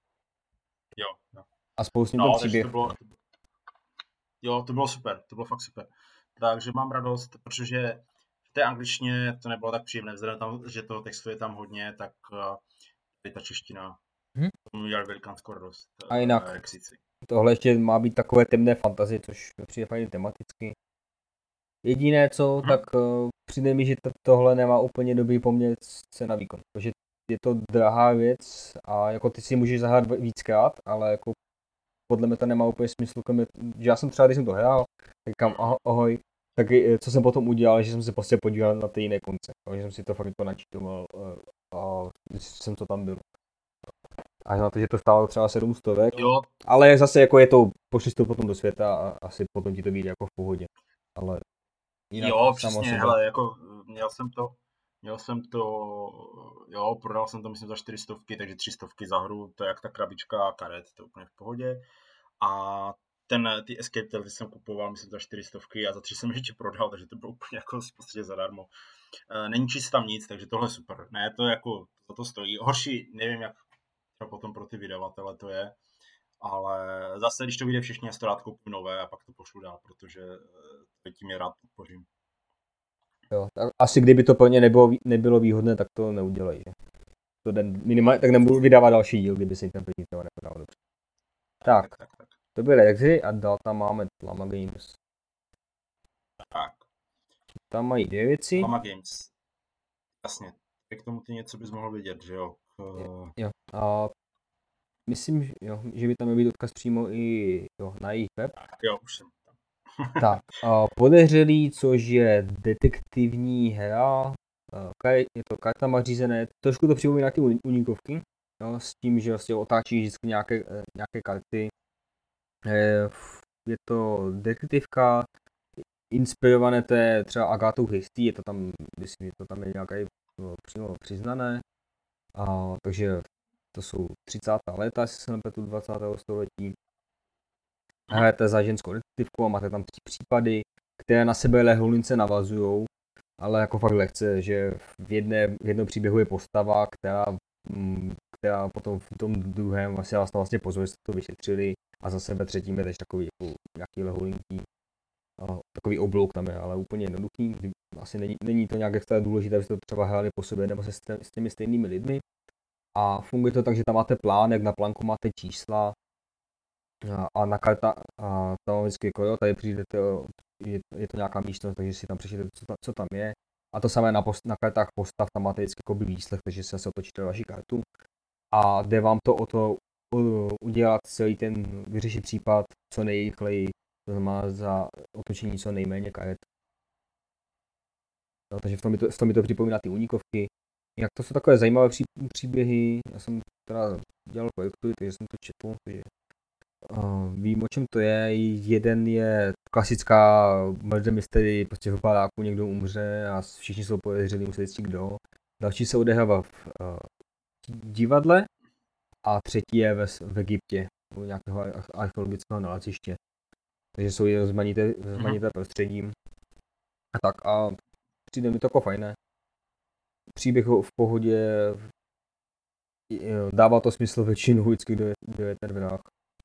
Jo, jo. A spolu s ním No, ten takže příběh. to bylo, to bylo, jo, to bylo super, to bylo fakt super. Takže mám radost, protože v té angličtině to nebylo tak příjemné, vzhledem tam, že toho textu je tam hodně, tak uh, ta čeština, Hm? to mi udělal velikánskou radost. A jinak, Uh, Rexici. tohle ještě má být takové temné fantazie, což mi přijde fajn tematicky. Jediné co, Mhm. tak uh, přijde mi, že to, tohle nemá úplně dobrý poměr cena výkon. Takže je to drahá věc a jako ty si můžeš zahrát víckrát, ale jako podle mě to nemá úplně smysl, kromě, že já jsem třeba, když jsem to hrál, tak říkám aho, ahoj, tak co jsem potom udělal, že jsem se prostě podíval na ty jiné konce, že jsem si to fakt jako načítoval a jsem to tam byl. Až na to, že to stálo třeba sedm stovek, Jo. ale zase jako je to, pošli to potom do světa a asi potom ti to vyjde jako v pohodě, ale jinak Jo, přesně, hele, jako měl jsem to, měl jsem to, jo, prodal jsem to myslím za čtyři stovky, takže tři stovky za hru, to je jak ta krabička karet, to je úplně v pohodě. A ten, ty Escape Tales jsem kupoval, myslím za čtyři stovky a za tři jsem ještě prodal, takže to bylo úplně jako v podstatě zadarmo. Není číst tam nic, takže tohle je super. Ne, to jako, za to stojí. Horší, nevím, jak potom pro ty vydavatele to je, ale zase, když to vyjde v češtině, to rád koupím nové a pak to pošlu dál, protože tím je rád podpořím. Jo, tak asi kdyby to pro ně nebylo, nebylo výhodné, tak to neudělají. Že? To den, minimálně, tak nebudu vydávat další díl, kdyby se jim ten první to neprodal dobře. Tak, tak, tak, tak. To byly Rexy a dál tam máme Llama Games. Tak. Tam mají dvě věci. Llama Games. Jasně. K tomu ty něco bys mohl vidět, že jo? Uh... Jo. A myslím, že, jo, že by tam měl být odkaz přímo i jo, na jejich web. Jo, už jsem tam. Tak, a Podezřelý, což je detektivní hra, je to kartama řízené, trošku to připomíná ty uníkovky, jo, s tím, že vlastně otáčíš vždycky nějaké, nějaké karty. Je to detektivka, inspirované to je třeba Agatou Christie, je to tam, myslím, je to tam je nějaké přímo přiznané, a, takže to jsou třicátá léta, jestli se nepletu, dvacátého století. Hrajete za ženskou detektivku a máte tam tři případy, které na sebe lehoulince navazujou, ale jako fakt lehce, že v, jedné, v jednom příběhu je postava, která, která potom v tom druhém vlastně vás vlastně pozoruje, jste to vyšetřili a zase ve třetím je tež takový jako nějaký lehoulinký, takový oblouk tam je, ale úplně jednoduchý, asi není, není to nějak extra důležité, abyste to třeba hráli po sobě nebo se s, s těmi stejnými lidmi a funguje to tak, že tam máte plánek, na plánku máte čísla, a na karta, a tam vždycky jako jo, tady přijdete, je, je to nějaká místnost, takže si tam přečtěte, co, co tam je. A to samé na, post, na kartách postav, tam máte vždycky jako výslech, takže se zase otočíte vaši kartu. A jde vám to o to u, udělat celý ten, vyřešit případ co nejrychleji, to znamená za otočení co nejméně karet. No, takže v tom, mi to, v tom mi to připomíná ty únikovky. Jak to jsou takové zajímavé pří, příběhy, já jsem teda dělal projekty, takže jsem to četl, takže Uh, vím, o čem to je. Jeden je klasická murder mystery, prostě v baráku někdo umře a všichni jsou podezřelí, musí zjistit kdo. Další se odehrává v uh, divadle a třetí je ve, v Egyptě, u nějakého archeologického naleziště. Takže jsou rozmanité, rozmanité prostředím. A tak a přijde mi to jako fajné. Příběh v pohodě, dává to smysl většinu vždycky, kdo je, kdo je ten vrah.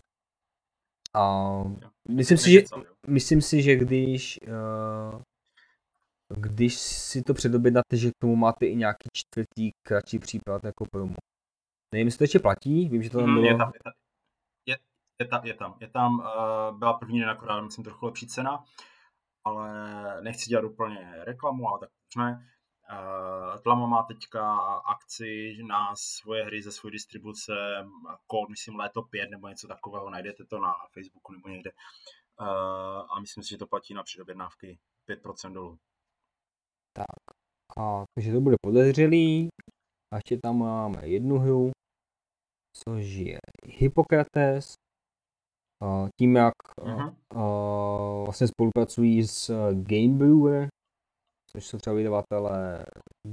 A myslím si, že, myslím si, že když, uh, když si to předobědnáte, že k tomu máte i nějaký čtvrtý kratší případ jako promo. Nevím, jestli to ještě platí, vím, že to tam bylo. Je tam, je tam, je, je tam, je tam, je tam uh, byla první den akorát, myslím, trochu lepší cena, ale nechci dělat úplně reklamu, ale tak ne. Uh, Tlama má teďka akci na svoje hry ze svojí distribuce, kód, myslím, léto pět nebo něco takového, najdete to na Facebooku nebo někde. Uh, a myslím si, že to platí na předobědnávky pět procent dolů. Tak, a takže to bude Podezřelý. A ještě tam máme jednu hru, což je Hippokrates. Uh, tím, jak uh-huh. uh, vlastně spolupracují s Game Brewer, což jsou třeba vydavatelé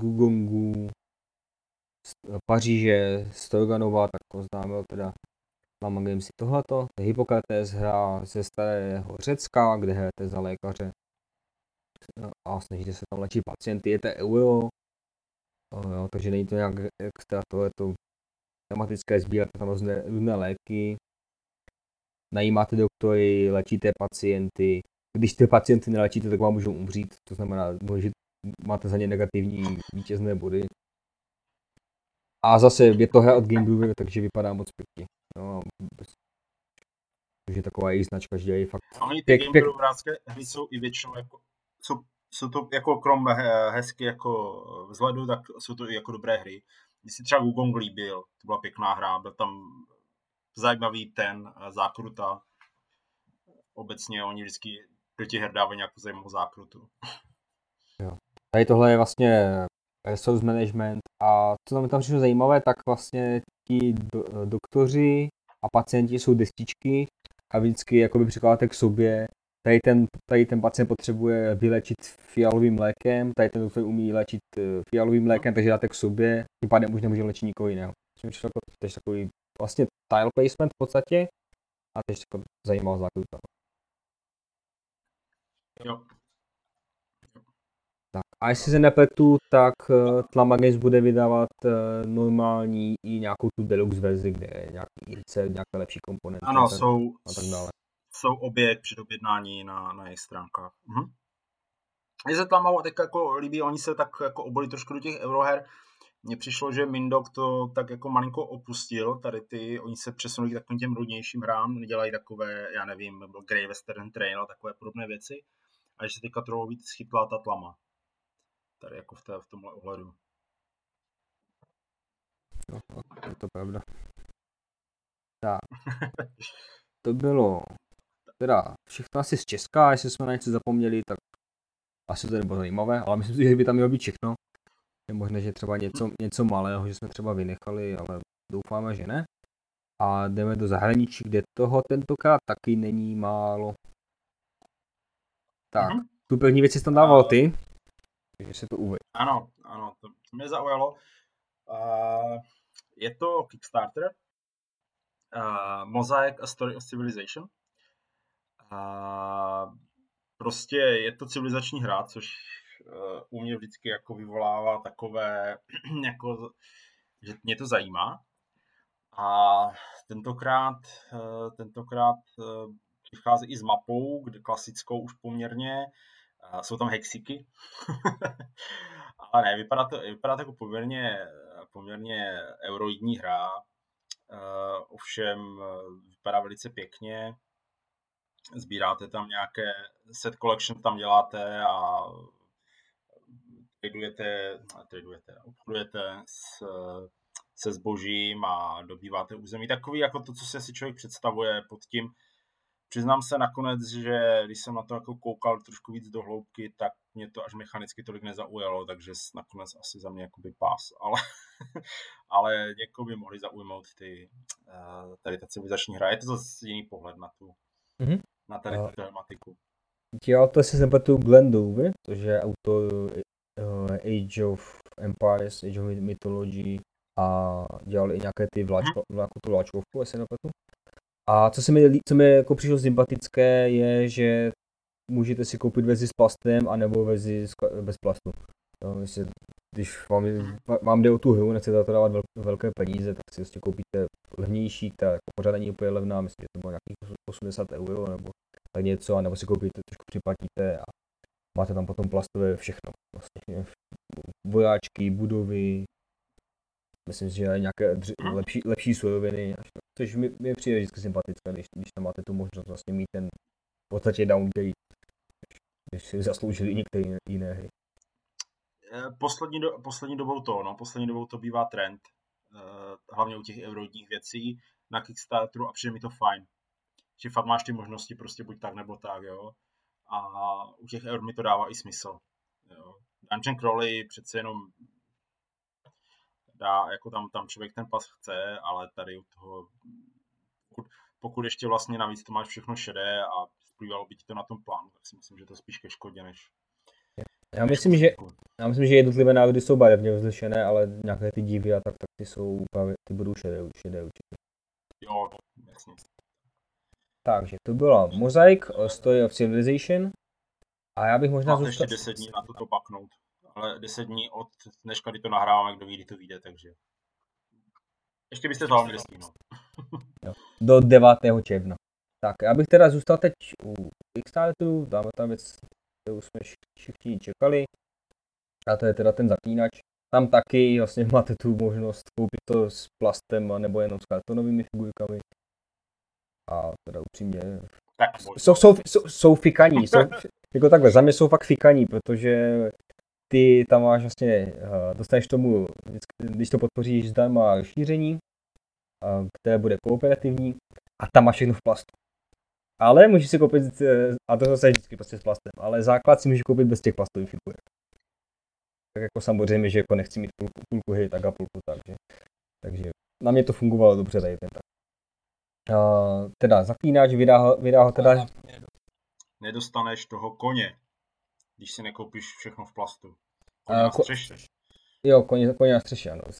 Gugongu, Paříže, Stroganova, tak oznámil teda Tlama Games je tohleto, to je Hippokrates, hra ze starého Řecka, kde hrajete za lékaře a snažíte se tam léčit pacienty, je to euro, jo, takže není to nějak extra tohleto tematické, sbíráte tam různé, různé léky, najímáte doktory, léčíte pacienty, když ty pacienty neléčíte, tak vám můžou umřít, to znamená, že máte za ně negativní vítězné body. A zase je to hra od Game Brewer, takže vypadá moc pěkně. No, takže taková její značka, že dělají fakt A oni ty pěk, Game pěk. Brewerácké hry jsou i většinou jako, jsou, jsou to jako krom he- hezky jako vzhledu, tak jsou to i jako dobré hry. Mně si třeba Wukong líbil, to byla pěkná hra, byl tam zajímavý ten zákruta. Obecně oni vždycky do těch her dávají nějakou zajímavou zákrutu. Jo. Tady tohle je vlastně resource management a co tam tam přišlo zajímavé, tak vlastně ti do, doktoři a pacienti jsou destičky a vždycky jakoby přikládáte k sobě. Tady ten, tady ten pacient potřebuje vylečit fialovým lékem, tady ten doktor umí léčit fialovým lékem, takže dáte k sobě, tím pádem už nemůže léčit nikoho jiného. Což je jako, takový vlastně tile placement v podstatě a to je jako zajímavá zákruta. Jo. Tak. A jestli se nepletu, tak Tlama Games bude vydávat normální i nějakou tu deluxe verzi, kde je nějaký insert, nějaké lepší komponenty. Ano, jsou, a tak dále. jsou obě k předobjednání na, na jejich stránkách. Mhm. Mně se Tlama tak jako líbí, oni se tak jako obolí trošku do těch euroher. Mně přišlo, že Mindok to tak jako malinko opustil, tady ty, oni se přesunuli k takovým těm rudnějším hrám, dělají takové, já nevím, byl Grey Western Trail a takové podobné věci. A že se teďka trochu víc chytla ta Tlama. Tady jako v, té, v tomhle ohledu. No, je to pravda. Tak. To bylo teda všechno asi z Česka, jestli jsme na něco zapomněli, tak asi to nebylo zajímavé, ale myslím si, že by tam mělo být všechno. Je možné, že třeba něco, něco malého, že jsme třeba vynechali, ale doufáme, že ne. A jdeme do zahraničí, kde toho tentokrát taky není málo. Tak, mm-hmm. Tu první věc jsi tam dával ty, takže se to uveď. Ano, ano, to, to mě zaujalo. Uh, je to Kickstarter, uh, Mosaic A Story of Civilization. Uh, prostě je to civilizační hra, což uh, u mě vždycky jako vyvolává takové, jako, že mě to zajímá. A tentokrát, uh, tentokrát uh, přichází i s mapou, kde klasickou už poměrně. Uh, jsou tam hexíky. Ale ne, vypadá to, vypadá to jako poměrně, poměrně euroidní hra. Uh, ovšem vypadá velice pěkně. Sbíráte tam nějaké set collection, tam děláte a tradujete, tradujete obchodujete s, se zbožím a dobýváte území. Takový jako to, co si asi člověk představuje pod tím. Přiznám se nakonec, že když jsem na to jako koukal trošku víc do hloubky, tak mě to až mechanicky tolik nezaujalo, takže nakonec asi za mě jakoby pás. Ale, ale někoho by mohli zaujmout ty, tady ta civilizační hra. Je to zase jiný pohled na tu, mm-hmm. na tady tu tematiku. Já to si nepletu Glenn Dover, což je autor uh, Age of Empires, Age of Mythology a dělal i nějaké ty vláčko, mm-hmm. tu vláčkovku, jestli nepletu. A co se mi, co mi jako přišlo sympatické, je, že můžete si koupit verzi s plastem, anebo verzi bez plastu. No, myslím, když vám, vám jde o tu hru, nechcete to dávat velké peníze, tak si prostě koupíte levnější, která jako pořád není úplně levná, myslím, že to bylo nějakých osmdesát euro nebo tak něco, anebo si koupíte, trošku připlatíte a máte tam potom plastové všechno. Vlastně vojáčky, budovy, myslím si, že je nějaké dři- lepší, lepší suroviny, což mi, mi přijde vždycky sympatické, když, když tam máte tu možnost vlastně mít ten v podstatě downgrade, když si zasloužili některé jiné hry. Poslední, do, poslední dobou to, no, poslední dobou to bývá trend, hlavně u těch euroidních věcí na Kickstarteru a přijde mi to fajn. Že fakt máš ty možnosti prostě buď tak nebo tak, jo. A u těch eur mi to dává i smysl, jo. Dungeon Crawly přece jenom dá, jako tam, tam člověk ten pas chce, ale tady u toho, pokud, pokud ještě vlastně navíc to máš všechno šedé a splývalo by ti to na tom plánu, tak si myslím, že to spíš ke škodě, než... Já myslím, že, já myslím, že jednotlivé návody jsou barevně rozlišené, ale nějaké ty divy a tak, tak ty jsou právě, ty budou šedé, šedé určitě. Jo, jasně. Takže to byla Mosaic, Story of Civilization. A já bych možná Máte zůstal... ještě deset dní na to to baknout. Ale deset dní od dneška, kdy to nahráváme, kdo ví, kdy to vyjde, takže... Ještě byste to měli stihnout. Do devátého června. Tak, já bych teda zůstal teď u Kickstarteru, dáme tam věc, kterou jsme všichni čekali. A to je teda ten Zaklínač. Tam taky vlastně máte tu možnost koupit to s plastem nebo jenom s kartonovými figurkami. A teda upřímně, Tak, jsou, jsou, jsou, jsou fikaní, jsou, jako takhle, za mě jsou fakt fikaní, protože ty tam máš vlastně, dostaneš tomu, když to podpoříš zdarma rozšíření, které bude kooperativní, a tam máš všechno v plastu. Ale můžeš si koupit, a to zase vždycky prostě s plastem, ale základ si můžeš koupit bez těch plastových figurek. Tak jako samozřejmě, že jako nechci mít půlku, půlku hry, tak a půlku tak, že? Takže na mě to fungovalo dobře tady ten tak. Uh, teda Zaklínač, vydá ho, vydá ho teda... Nedostaneš toho koně, když si nekoupíš všechno v plastu. Koně uh, na střeše. Jo, koně, koně na střeše, ano.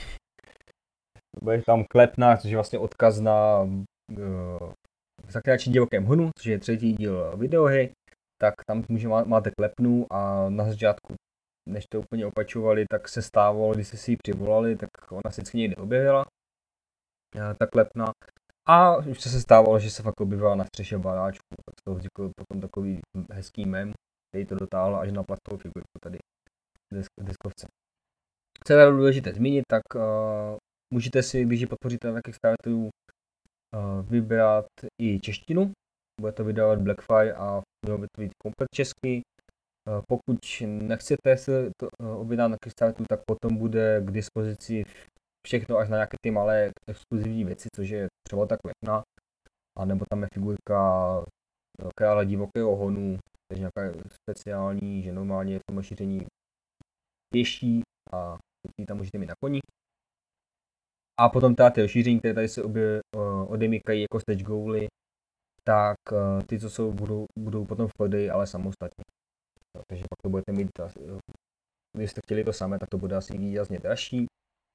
Bude tam Klepna, což je vlastně odkaz na uh, Zaklínači divokém honu, což je třetí díl videohry. Tak tam může, máte Klepnu a na začátku, než to úplně opačovali, tak se stávalo, když se si ji přivolali, tak ona se vždycky někde objevila, ta Klepna. A už se stávalo, že se fakt objevila na střeše baráčku, tak to vznikl potom takový hezký mem, který to dotáhl až na plastovou figurku tady v deskovce. Co je důležité zmínit, tak uh, můžete si, když ji podpoříte na Kickstarteru, uh, vybrat i češtinu. Bude to vydávat Blackfire a mělo by to být komplet česky. Uh, pokud nechcete se to uh, objednat na Kickstarteru, tak potom bude k dispozici všechno až na nějaké ty malé exkluzivní věci, což je třeba ta Klepna, a nebo tam je figurka krále divokého honu, takže nějaká speciální, že normálně je v tom rozšíření pěší a ty tam můžete mít na koni. A potom teda ty rozšíření, které tady se obě uh, odemykají jako stretch goaly, tak uh, ty, co jsou, budou, budou potom v prodeji, ale samostatně. No, takže pak to budete mít, uh, když jste chtěli to samé, tak to bude asi výrazně dražší.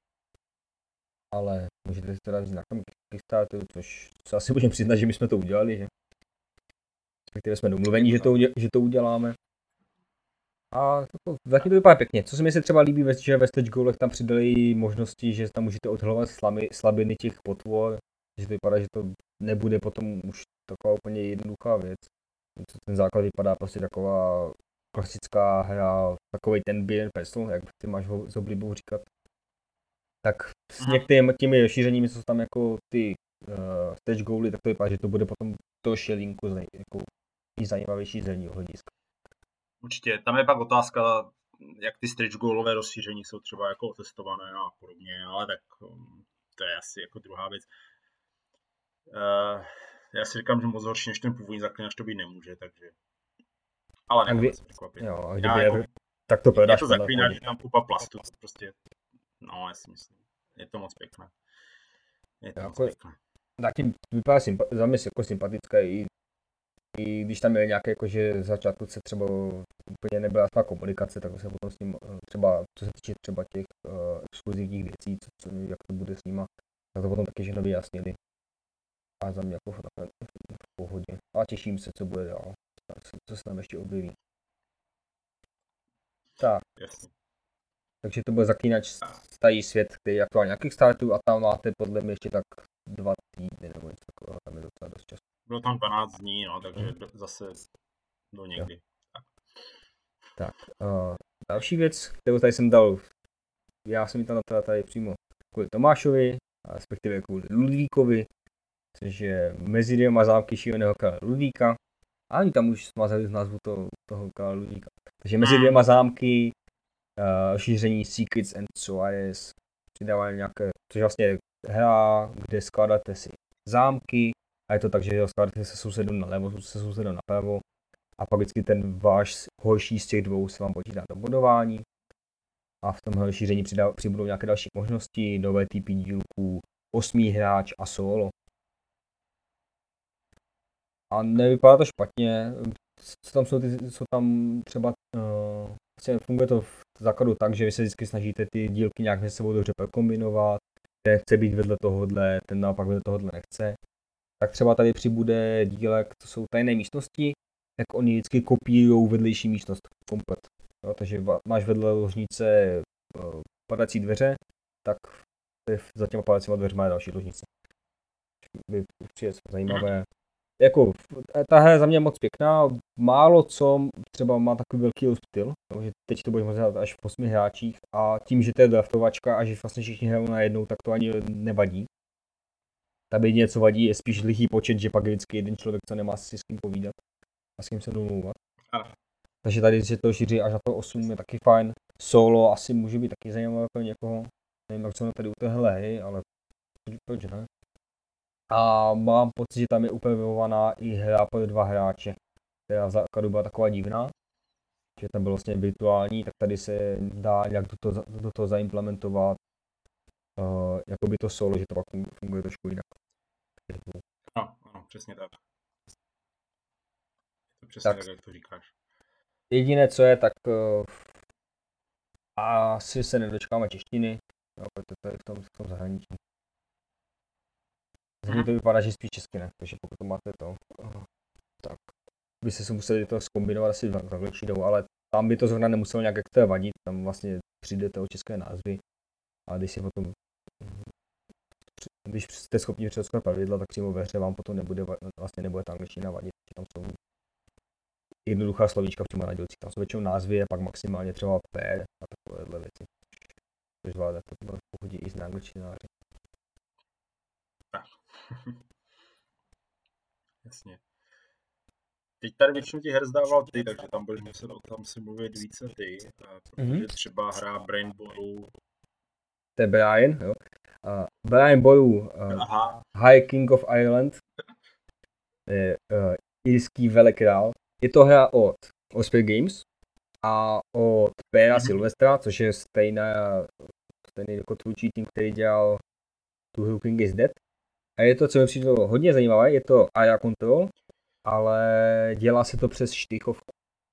Ale můžete si teda vzít na tom Kickstarteru, což se asi můžeme přiznat, že my jsme to udělali, že? Respektive jsme domluveni, že to, že to uděláme. A to, taky to vypadá pěkně. Co se mi se třeba líbí, že ve stretch goalech tam přidali možnosti, že tam můžete odhalovat slamy, slabiny těch potvor, že to vypadá, že to nebude potom už taková úplně jednoduchá věc. Ten základ vypadá prostě taková klasická hra, takovej ten beer pestle, jak ty máš ho s oblibou říkat. Tak s některými těmi rozšířeními, co jsou tam jako ty uh, stretch goaly, tak to vypadá, že to bude potom to šelinku jako i zajímavější z herního hlediska. Určitě, tam je pak otázka, jak ty stretch goalové rozšíření jsou třeba jako otestované a podobně, ale tak um, to je asi jako druhá věc. Uh, já si říkám, že moc horší než ten původní Zaklínač to být nemůže, takže... Ale necháme se překvapit. Jo, a kdyby jako, tak to prodáš. Je to Zaklínač, že tam kupa plastu, prostě, no já si myslím, je to moc pěkné. Je to jako, moc pěkné. Zatím vypadá sympa- za mě jako sympatická, i, i když tam je nějaké, jakože začátku se třeba úplně nebyla ta komunikace, tak se potom s ním třeba, co se týče třeba těch uh, exkluzivních věcí, co, co, jak to bude s nima, tak to potom taky všechno vyjasnili. A za mě jako v pohodě. A těším se, co bude dál, co se tam ještě objeví. Tak. Jasně. Takže to byl Zaklínač Starý svět, který je aktuálně na Kickstarteru, a tam máte podle mě ještě tak dva týdny nebo něco takového, tam je docela dost času. Bylo tam dvanáct dní, no, takže hmm. zase do někdy. Jo. Tak, tak uh, další věc, kterou tady jsem dal, já jsem ji tam dal tady přímo kvůli Tomášovi, respektive kvůli Ludvíkovi, což je mezi dvěma zámky šíleného krále Ludvíka. A oni tam už smazali z názvu toho, toho krále Ludvíka. Takže mezi dvěma zámky Uh, šíření Secrets and Soares přidávají nějaké, což vlastně hra, kde skládáte si zámky, a je to tak, že skládáte se sousedem nalevo, se sousedem napravo, a pak vždycky ten váš horší z těch dvou se vám počítá do bodování, a v tomhle šíření přidá, přibudou nějaké další možnosti, nové typy dílků, osmý hráč a solo. A nevypadá to špatně, co tam jsou, ty, co tam třeba uh, funguje to v základu tak, že vy se vždycky snažíte ty dílky nějak se sebou dobře prokombinovat, chce být vedle tohohle, ten naopak vedle tohohle nechce. Tak třeba tady přibude dílek, to jsou tajné místnosti, tak oni vždycky kopírují vedlejší místnost komplet. Jo, takže máš vedle ložnice padací dveře, tak za těma padacíma dveřma je další ložnice. By určitě zajímavé. Jako, ta hra je za mě moc pěkná, málo co třeba má takový velký rozptyl, takže teď to budeš možná až v osmi hráčích a tím, že to je draftovačka a že vlastně všichni hrajou najednou, tak to ani nevadí. Tam jedině co vadí je spíš lichý počet, že pak je vždycky jeden člověk, co nemá si s kým povídat a s kým se domlouvat. Takže tady se to šíří až na to osm je taky fajn. Solo asi může být taky zajímavé pro někoho. Nevím, jak jsou tady u téhle hry, ale proč ne? A mám pocit, že tam je úplně vyvovaná i hra pro dva hráče, která v základu byla taková divná, že tam byl vlastně virtuální, tak tady se dá nějak do toho, do toho zaimplementovat uh, jako by to solo, že to pak funguje trošku jinak. No, ano, přesně tak. To přesně tak, tak jak to říkáš. Jediné, co je, tak uh, asi se nedočkáme češtiny, no, protože to je v tom, v tom zahraničí. Zatím to vypadá, že spíš česky ne, takže pokud to máte to, tak byste se museli to zkombinovat asi v angličtinou, ale tam by to zrovna nemuselo nějak extra vadit, tam vlastně přijdete o české názvy a když si potom, když jste schopni přeskoumat pravidla, tak přímo ve hře vám potom nebude, vlastně nebude ta angličtina vadit, že tam jsou jednoduchá slovíčka přímo na dělci, tam jsou většinou názvy a pak maximálně třeba P a takovéhle věci, což zvládáte to pohodí i z angličtináři. Jasně. Teď tady většinou těch her zdával ty, takže tam budeš muset o tom si mluvit více ty, protože mm-hmm. třeba hra Brain Boyu. To je Brian, jo. Uh, Brian Boyu, uh, High King of Ireland, je uh, irský velekrál. Je to hra od Osprey Games a od Pera mm-hmm. Silvestra, což je stejná, stejný jako tvůrčí tým, který dělal tu hru King is Dead. A je to, co mi přijde hodně zajímavé, je to Area Control, ale dělá se to přes štychovku.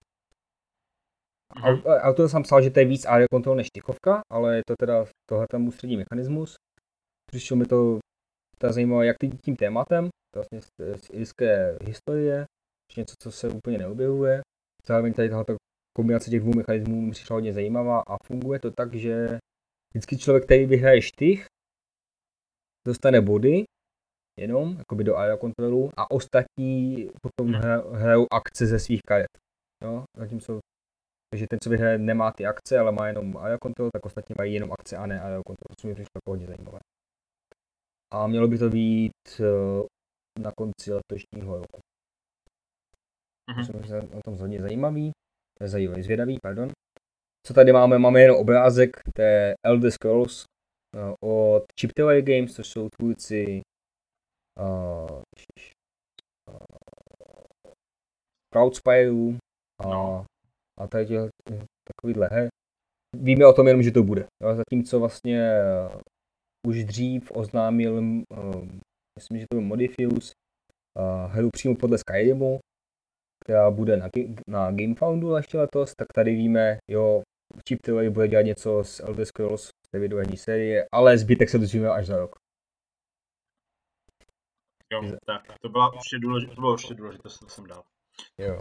Mm-hmm. Autor jsem psal, že to je víc Area Control než štychovka, ale je to teda tohle tam ústřední mechanismus. Přišlo mi to teda zajímavé jak tím tématem, to vlastně z, z irské historie, něco, co se úplně neobjevuje. Zároveň tady tato kombinace těch dvou mechanismů mi přišla hodně zajímavá a funguje to tak, že vždycky člověk, který vyhraje štych, dostane body, jenom, jakoby do Area Controlu a ostatní potom hrajou akce ze svých karet. Jo? Zatímco, takže ten, co vyhraje, nemá ty akce, ale má jenom Area Control, tak ostatní mají jenom akce a ne Area Control. To mi přišlo hodně zajímavé. A mělo by to být uh, na konci letošního roku. Mm-hmm. To jsem na tom hodně zajímavý, zajímavý, zvědavý, pardon. Co tady máme? Máme jenom obrázek, to je Elder Scrolls uh, od Chiptaway Games, což jsou tvůrci Uh, uh, Crowdspireu a, no. a tady těch takovýhle her. Víme o tom jenom, že to bude. Jo? Zatímco vlastně uh, už dřív oznámil, uh, myslím, že to byl Modifuse, uh, hru přímo podle Skyrimu, která bude na, na GameFoundu ještě letos, tak tady víme, jo, Chiptaway bude dělat něco s Elder Scrolls, z té videoherní série, ale zbytek se dozvíme až za rok. Jo, tak to byla určitě důležité, to bylo určitě důležité, co jsem dal. Jo.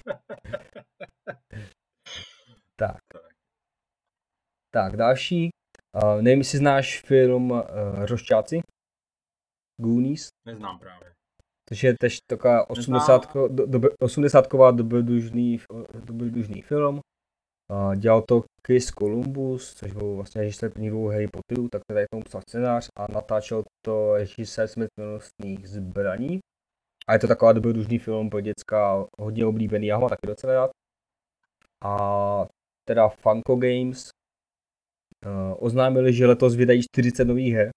tak. Tak, další. Uh, nevím, jestli znáš film uh, Rošťáci? Goonies? Neznám právě. Což je tež taková osmdesátko, do, do, osmdesátková dobrodružný, dobrodružný film. Uh, dělal to Chris Columbus, což byl vlastně režisér prvních dvou Harry Potterů, tak tady tomu psal scénář a natáčel to režisér Smrtonosných zbraní. A je to taková dobrodružný film pro děcka, hodně oblíbený, já ho mám taky docela rád. A teda Funko Games uh, oznámili, že letos vydají čtyřicet nových her.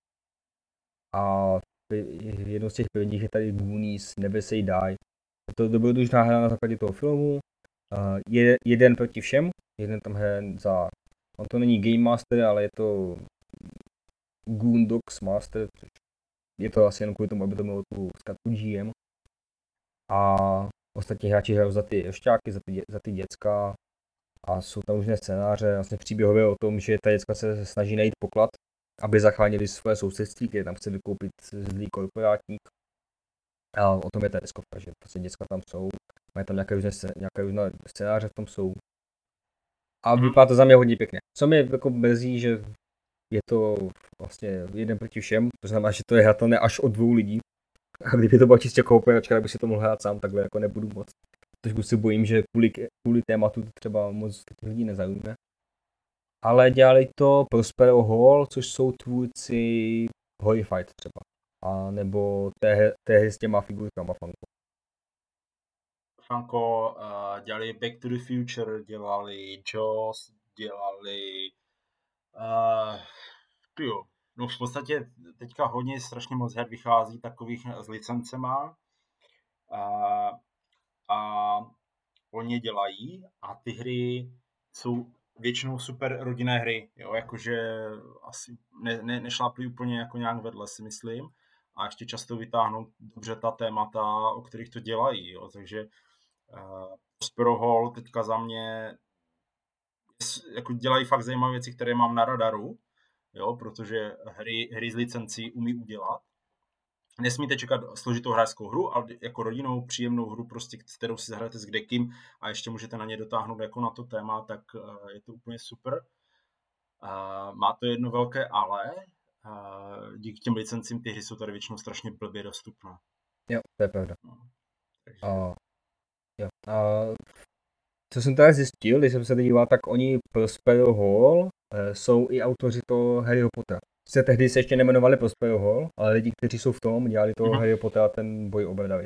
A jednou z těch prvních je tady Goonies, Never Say Die. Je to dobrodružná hra na základě toho filmu. Uh, je, jeden proti všem, jeden tam hraje za, on to není Game Master, ale je to Goondogs Master, což je to asi jen kvůli tomu, aby to mělo tu zkratku G M. A ostatní hráči hrajou za ty rošťáky, za ty, za ty děcka a jsou tam různé scénáře, vlastně příběhové o tom, že ta děcka se snaží najít poklad, aby zachránili své sousedství, které tam chce vykoupit zlý korporátník. A o tom je ta deskovka, že prostě děcka tam jsou, mají tam nějaké různé, nějaké různé scénáře v tom jsou. A vypadá to za mě hodně pěkně. Co mě jako mrzí, že je to vlastně jeden proti všem, to znamená, že to je hratelné až od dvou lidí. A kdyby to bylo čistě kooperačka, tak bych si to mohl hrát sám, takhle jako nebudu moc. Trošku si bojím, že kvůli, kvůli tématu třeba moc těch lidí nezaujme. Ale dělali to Prospero Hall, což jsou tvůrci Horrified třeba. A nebo té, té hry s těma figurkama Funko. Funko uh, dělali Back to the Future, dělali Jaws, dělali... Uh, jo, no v podstatě teďka hodně strašně moc her vychází takových s licencema. Uh, a oni dělají a ty hry jsou většinou super rodinné hry, jo, jakože asi ne, ne, nešlápli úplně jako nějak vedle, si myslím, a ještě často vytáhnou dobře ta témata, o kterých to dělají, jo, takže uh, Prospero Hall teďka za mě jako dělají fakt zajímavé věci, které mám na radaru, jo, protože hry, hry z licencí umí udělat. Nesmíte čekat složitou hráčskou hru, ale jako rodinnou, příjemnou hru, prostě, s kterou si zahrajete s kdekým a ještě můžete na ně dotáhnout jako na to téma, tak uh, je to úplně super. Uh, má to jedno velké ale, uh, díky těm licencím ty hry jsou tady většinou strašně blbě dostupné. Jo, to je pravda. No, takže... uh, jo. Uh, co jsem tady zjistil, když jsem se díval, tak oni Prospero Hall uh, jsou i autoři toho Harryho Pottera. Se tehdy se ještě nemenovali Prospero Hall, ale lidi, kteří jsou v tom, dělali toho mm-hmm. Harryho Pottera ten boj o Bradavic.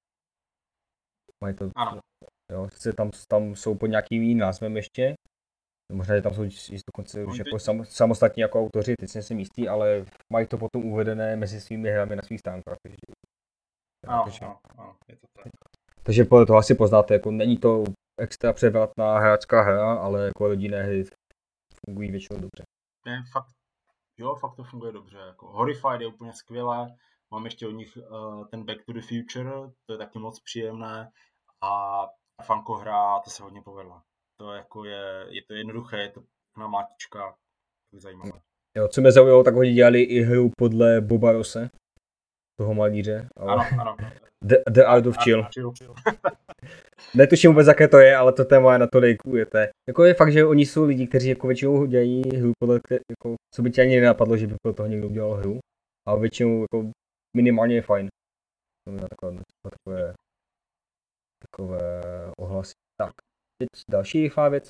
Mají to, ano. Jo, sice tam, tam jsou pod nějakým jiným názvem ještě, možná, že tam jsou dokonce už jako sam, samostatní jako autoři, teď jsem si jistý, ale mají to potom uvedené mezi svými hrami na svých stránkách. Takže, ano, takže, ano, ano, je to tak. Takže podle toho asi poznáte, jako není to extra převratná hráčská hra, ale jako rodinné hry fungují většinou dobře. Ne, fakt, jo, fakt to funguje dobře. Jako Horrified je úplně skvělé, mám ještě od nich uh, ten Back to the Future, to je taky moc příjemné a Funko hra, to se hodně povedla. To jako je, je to jednoduché, je to na mátička, to je zajímavé. Jo, co mě zaujalo, tak oni dělali i hru podle Boba Rosse, toho malíře. Ale... Ano, ano. The, the Art of Chill. Netuším vůbec, jaké to je, ale to téma je natolik ujete. Jako je fakt, že oni jsou lidi, kteří jako většinou dělají hru podle, jako, co by tě ani nenapadlo, že by pro toho někdo udělal hru. A většinou jako minimálně je fajn. To je takové, takové, takové ohlasy. Tak, teď další rychlá věc.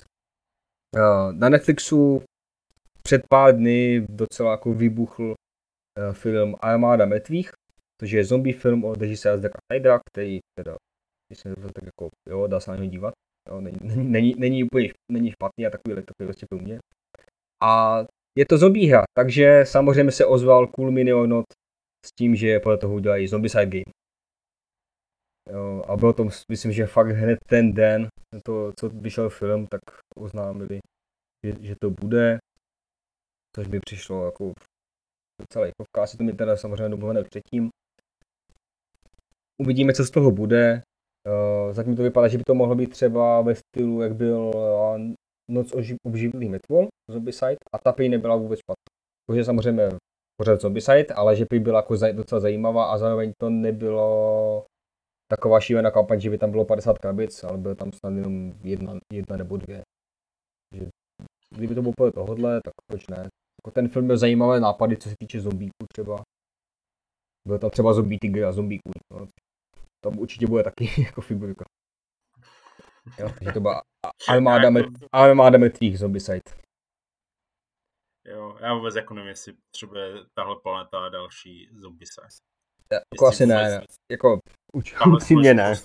Na Netflixu před pár dny docela jako vybuchl film Armáda mrtvých, což je zombie film od režiséra Zacka Snydera, který teda, když se to tak jako, jo, dá se na něj dívat, jo, není, není, není úplně není špatný a takový, takový vlastně pro mě. A je to zombie hra, takže samozřejmě se ozval Cool Mini or Not s tím, že podle toho udělají Zombicide Game. Jo, a bylo to, myslím, že fakt hned ten den, to, co vyšel film, tak oznámili, že, že to bude, což mi přišlo jako docela jikovka, asi to mi teda samozřejmě domluvené předtím. Uvidíme, co z toho bude. Zatím to vypadá, že by to mohlo být třeba ve stylu, jak byl Noc obživlý mrtvol, Zombicide, a ta prý nebyla vůbec špatná. Takže samozřejmě pořád Zombicide, ale že prý byla jako docela zajímavá a zároveň to nebylo taková šílená kampaň, že by tam bylo padesát krabic, ale bylo tam snad jenom jedna, jedna nebo dvě. Takže kdyby to bylo podle tohohle, tak proč ne? Jako ten film byl zajímavé nápady, co se týče zombíků třeba. Byl tam třeba zombie tygr a zombíků. No. Tam určitě bude taky jako figurka. Jo, takže to byla armáda, met, armáda mrtvých Zombicide. Jo, já vůbec jako nevím, jestli třeba tahle planeta a další Zombicide. Jako asi ne, ne. Jako upřímně ne.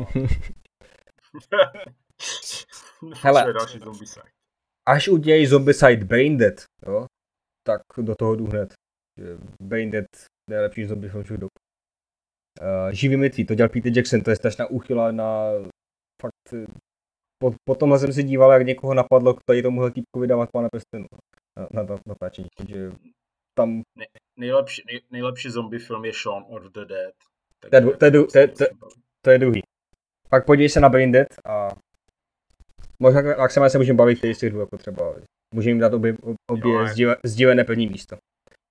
Hele, další Zombicide. Až udělají Zombicide Brain Dead, jo, tak do toho jdu hned. Brain Dead nejlepší zombie film všech dob. Uh, živý mrtví, to dělal Peter Jackson, to je strašná úchyla na fakt. Po, po tomhle jsem si díval, jak někoho napadlo, tady tomuhle týpkovi dávat Pána prstenů na, na natáčení, takže tam... Ne, nejlepší, nej, nejlepší zombie film je Shaun of the Dead. To je, to, je, to, je, to, je, to je druhý. Pak podívej se na Brain Dead a možná, jak se se můžeme bavit, který z těch dvou, jako třeba můžeme jim dát obě, obě jo, sdílené první místo.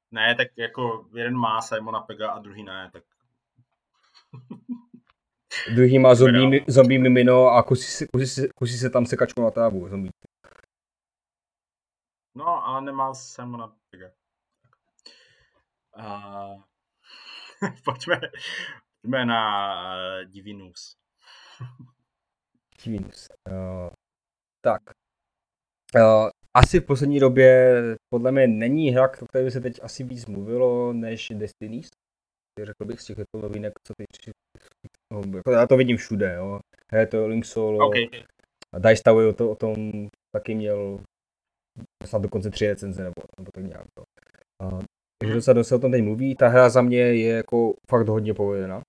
Ne, tak jako jeden má Simona Pegga a druhý ne, tak... Druhý má zombie, zombie mimino a kusí se, kusí, se, kusí se tam sekačkou na távu. Zombie. No, ale nemá Simona Pegga. Uh, pojďme, pojďme na uh, divý news. Divý news. Uh, tak. Uh, asi v poslední době podle mě není hra, o které by se teď asi víc mluvilo, než Destiny. Řekl bych z těch novinek, co teď přišli. No, já to vidím všude, jo. Hraje to Link Solo. Okay. A Dice Tower to, o tom taky měl snad dokonce tři recenze, nebo, nebo tak nějak. To. Uh, takže docela, dost se o tom teď mluví. Ta hra za mě je jako fakt hodně povedená.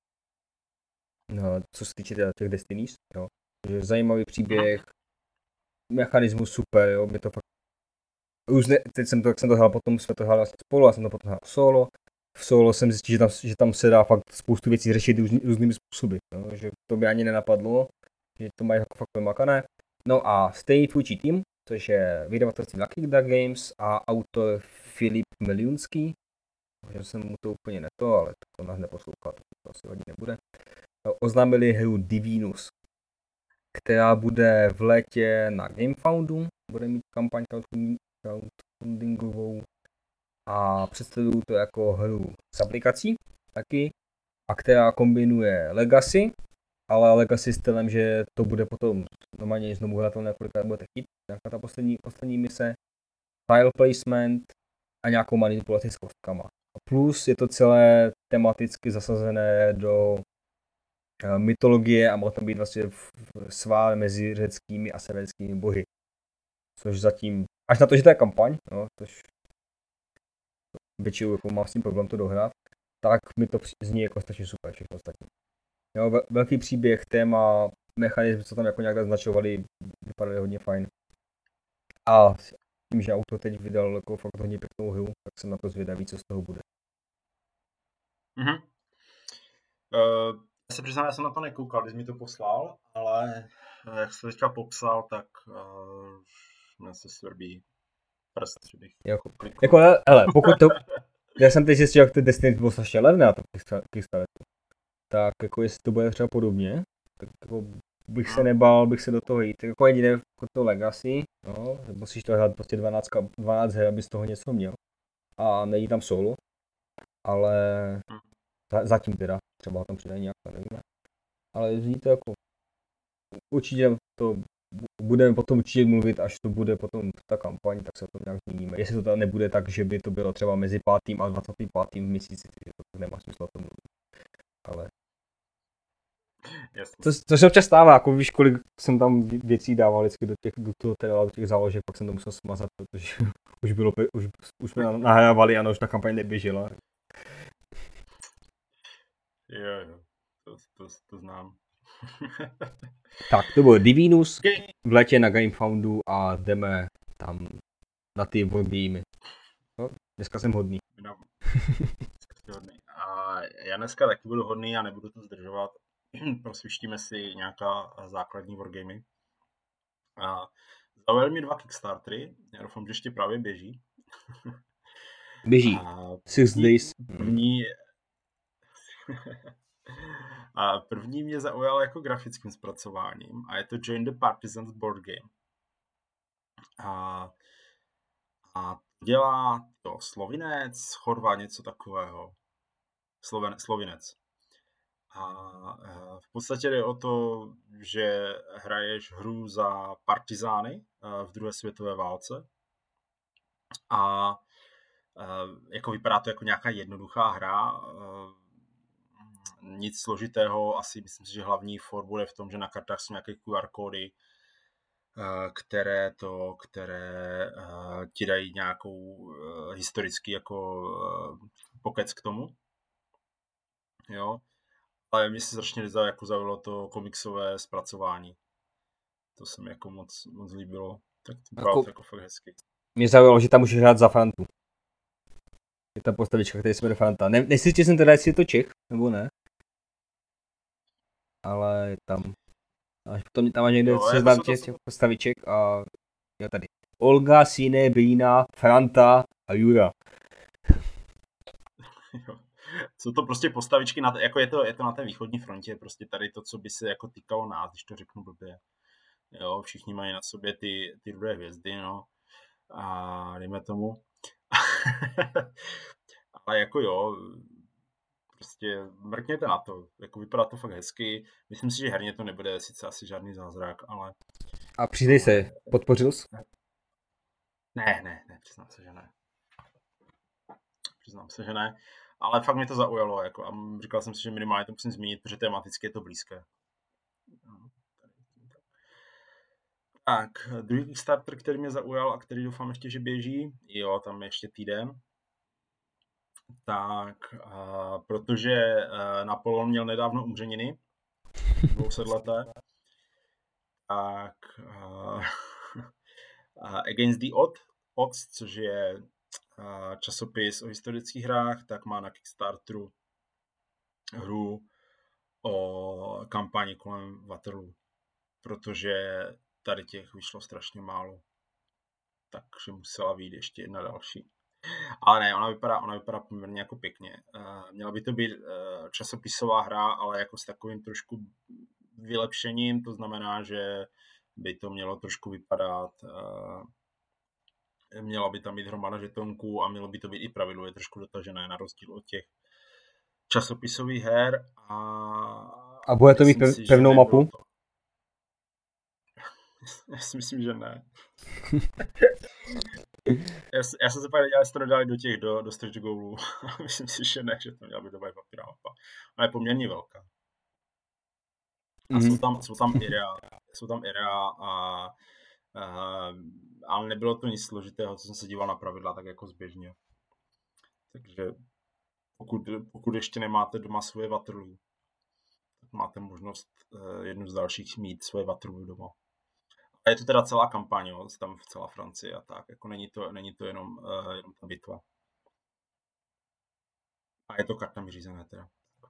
No, co se týče těch Destinies, jo. Takže zajímavý příběh, mechanismus super, jo, mě to fakt... Už ne, teď jsem to, jak jsem to hrál, potom jsme to hráli spolu, já jsem to potom hrál solo. V solo jsem zjistil, že tam, že tam se dá fakt spoustu věcí řešit různý, různými způsoby, jo, že to by ani nenapadlo, že to mají jako fakt vymakané. No a stejný tvůrčí tým, což je vydavatelství Lucky Duck Games a autor Filip Miliunský, že jsem mu to úplně neto, ale to nás neposlouchá, to asi hodně nebude. Oznámili hru Divinus, která bude v létě na GameFoundu, bude mít kampaň crowdfundingovou a představují to jako hru s aplikací taky, a která kombinuje Legacy, ale Legacy stylem, že to bude potom normálně znovu hratelné, několikrát budete chtít, nějaká ta poslední, poslední mise, tile placement a nějakou manipulaci s kostkama. A plus je to celé tematicky zasazené do mytologie a mohl tam být vlastně svál mezi řeckými a severskými bohy. Což zatím, až na to, že to je kampaň, no, což většinou jako mám s tím problém to dohrát, tak mi to zní jako strašně super všechno ostatní. Jo, velký příběh, téma, mechanizmy, co tam jako nějak naznačovali, vypadaly hodně fajn. A tím, že auto teď vydal jako fakt hodně pěknou hru, tak jsem na to zvědavý, co z toho bude. Mhm. Uh, já se přiznám, já jsem na to nekoukal, když mi to poslal, ale jak jsi teďka popsal, tak uh, mě se svrbí prst, že bych jako, jako, hele, pokud to, já jsem teď zjistil, jak ty Destiny bylo strašně levné na tom Kickstarteru, tak jako jestli to bude třeba podobně, tak jako bych se nebál, bych se do toho jít, tak jako jediné jako to Legacy, no, musíš to hrát prostě dvanáct, dvanáct her, abys z toho něco měl a nejít tam solo, ale zatím teda, třeba tam přidají nějak, nevíme, ale zní to jako, určitě to budeme potom určitě mluvit, až to bude potom ta kampaň, tak se to nějak zmíníme. Jestli to tam nebude tak, že by to bylo třeba mezi pátým a dvacátým pátým v měsíci, to nemá smysl o tom mluvit. Ale to, to se občas stává, jako víš, kolik jsem tam věcí dával vždycky do těch, do toho teda, do těch záložek, pak jsem to musel smazat, protože už bylo, už, už jsme nahrávali, ano, už ta kampaň neběžela. Jo, jo, to, to, to znám. Tak, to byl Divinus v létě na GameFoundu a jdeme tam na ty volbíjmy. No, dneska jsem hodný. No, dneska jsi hodný. A já dneska taky budu hodný a nebudu to zdržovat. Prosvištíme si nějaká základní wargamy. A zaujali mi dva Kickstartery, já doufám, že ještě právě běží. Běží. Six days. První... A první mě zaujal jako grafickým zpracováním a je to Join the Partisans board game. A, a dělá to Slovinec, Chorva, něco takového. Sloven, Slovinec. A v podstatě jde o to, že hraješ hru za partizány v druhé světové válce. A jako vypadá to jako nějaká jednoduchá hra, nic složitého, asi myslím si, že hlavní for bude v tom, že na kartách jsou nějaké Q R kódy, které to, které ti dají nějakou historický jako pokec k tomu. Jo. Ale mě se strašně jako zaujalo to komiksové zpracování. To se mi jako moc, moc líbilo. Tak to bylo jako, jako fakt hezky. Mě zaujalo, že tam můžeš hrát za Fantu. Je ta postavička, který se jmenuje Fanta. Ne, neslyšel jsem teda, jestli je to Čech, nebo ne. Ale je tam. Až potom tam máš někde jo, seznam těch, těch postaviček a je tady Olga, Sine, Bína, Franta a Jura. Jsou to prostě postavičky, na, jako je to, je to na té východní frontě, prostě tady to, co by se jako týkalo nás, když to řeknu blbě. Jo, všichni mají na sobě ty, ty rudé hvězdy, no. A dejme tomu. Ale jako jo, prostě mrkněte na to, jako vypadá to fakt hezky. Myslím si, že herně to nebude sice asi žádný zázrak, ale... A přidej se, podpořil jsi? Ne, ne, ne, přiznám se, že ne. Přiznám se, že ne. Ale fakt mě to zaujalo, jako, a říkal jsem si, že minimálně to musím zmínit, protože tematicky je to blízké. Tak, druhý Kickstarter, který mě zaujal a který doufám ještě, že běží, jo, tam je ještě týden, tak, a, protože a, Napoleon měl nedávno umřeniny, dvousetleté, tak a, a Against the Odd, Odds, což je a, časopis o historických hrách, tak má na Kickstarteru hru o kampani kolem Waterloo, protože tady těch vyšlo strašně málo, takže musela vyjít ještě jedna další. Ale ne, ona vypadá, ona vypadá poměrně jako pěkně. Uh, měla by to být uh, časopisová hra, ale jako s takovým trošku vylepšením, to znamená, že by to mělo trošku vypadat, uh, měla by tam být hromada žetonků a mělo by to být i pravidlově trošku dotažené, na rozdíl od těch časopisových her. A, a bude to mít pev, si, pevnou mapu? To. Já si myslím, že ne. já, já jsem se pak nedělal, jestli to dali do těch, do, do stretch goalů. Myslím si, že ne, že to měla být dobrá papírová mapa. Ona je poměrně velká. A mm-hmm. jsou tam, jsou tam area, jsou tam area a, a, ale nebylo to nic složitého, co jsem se díval na pravidla, tak jako zběžně. Takže pokud, pokud ještě nemáte doma svoje Waterloo, tak máte možnost uh, jednu z dalších mít svoje Waterloo doma. A je to teda celá kampaň, jo, tam v celá Francii a tak, jako není to, není to jenom, uh, jenom ta bitva. A je to kartami řízené teda.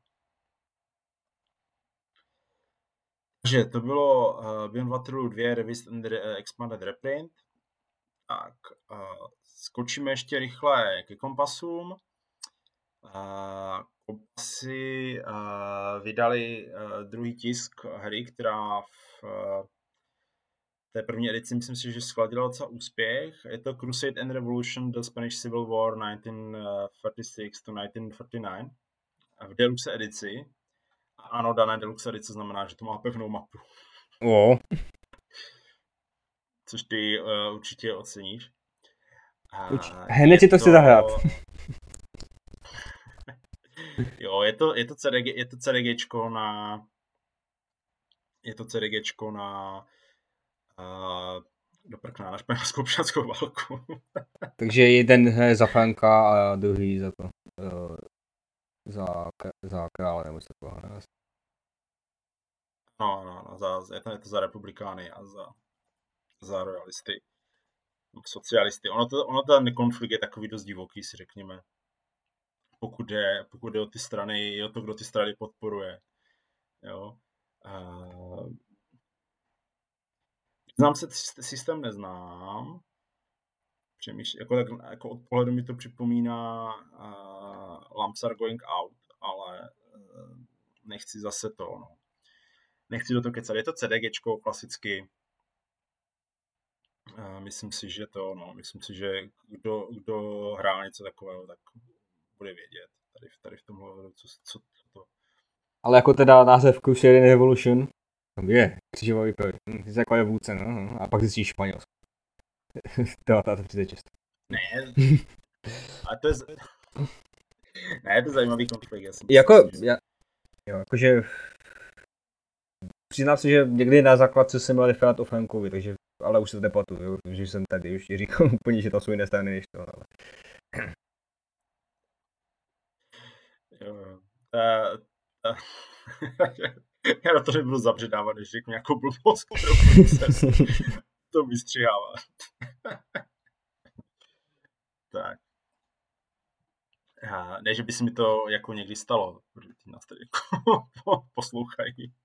Takže to bylo uh, Beyond Waterloo dva Revised and uh, Expanded Reprint. Tak, uh, skočíme ještě rychle ke kompasům. Uh, kompasy uh, vydali uh, druhý tisk hry, která v uh, té první edici myslím si, že skladila docela úspěch. Je to Crusade and Revolution, The Spanish Civil War nineteen thirty-six to nineteen forty-nine v deluxe edici. Ano, dané deluxe edice znamená, že to má pevnou mapu. Oh. Což ty uh, určitě oceníš. Uh, Hned si to chci zahrát. Jo, je to, je to CDG, je to CDGčko na je to CDGčko na uh, do prkna, na španělskou občanskou válku. Takže jeden je za Franka a druhý za to. Uh, za, za krále nebo se toho, ne? No, no, no, za, je, to, je to za republikány a za, za royalisty, socialisty. Ono, to, ono ten konflikt je takový dost divoký, si řekněme. Pokud je, pokud je o ty strany, je o to, kdo ty strany podporuje. Jo. Uh, znám se, systém neznám. Přemýšlím, jako, tak, jako od pohledu mi to připomíná uh, Lamps are going out, ale uh, nechci zase to, no. Nechci do toho kecat. Je to CDGčko klasicky. Uh, myslím si, že to, no, myslím si, že kdo, kdo hrál něco takového, tak bude vědět tady, tady v tomhle, co, co, co to. Ale jako teda název Crusade and Revolution, je křižová výpravy, jsi jako je vůdce, no, a pak zjistíš Španělsko. devatenáct třicet šest. Ne, a to je, z... ne, to je zajímavý konflikt. Já jsem jako, myslím, já, jo, jakože, přiznám si, že někdy na základce jsem měl referát o Frankovi, takže, ale už se to nepamatuju, protože jsem tady už říkal úplně, že to jsou jiné strany než to, ale. Jo, jo. Ta, ta... Já na to nebudu zabředávat, když řeknu nějakou blbost, kterou se to vystřihává. Tak. Já, ne, že by se mi to jako někdy stalo, protože ty nás tady jako poslouchají.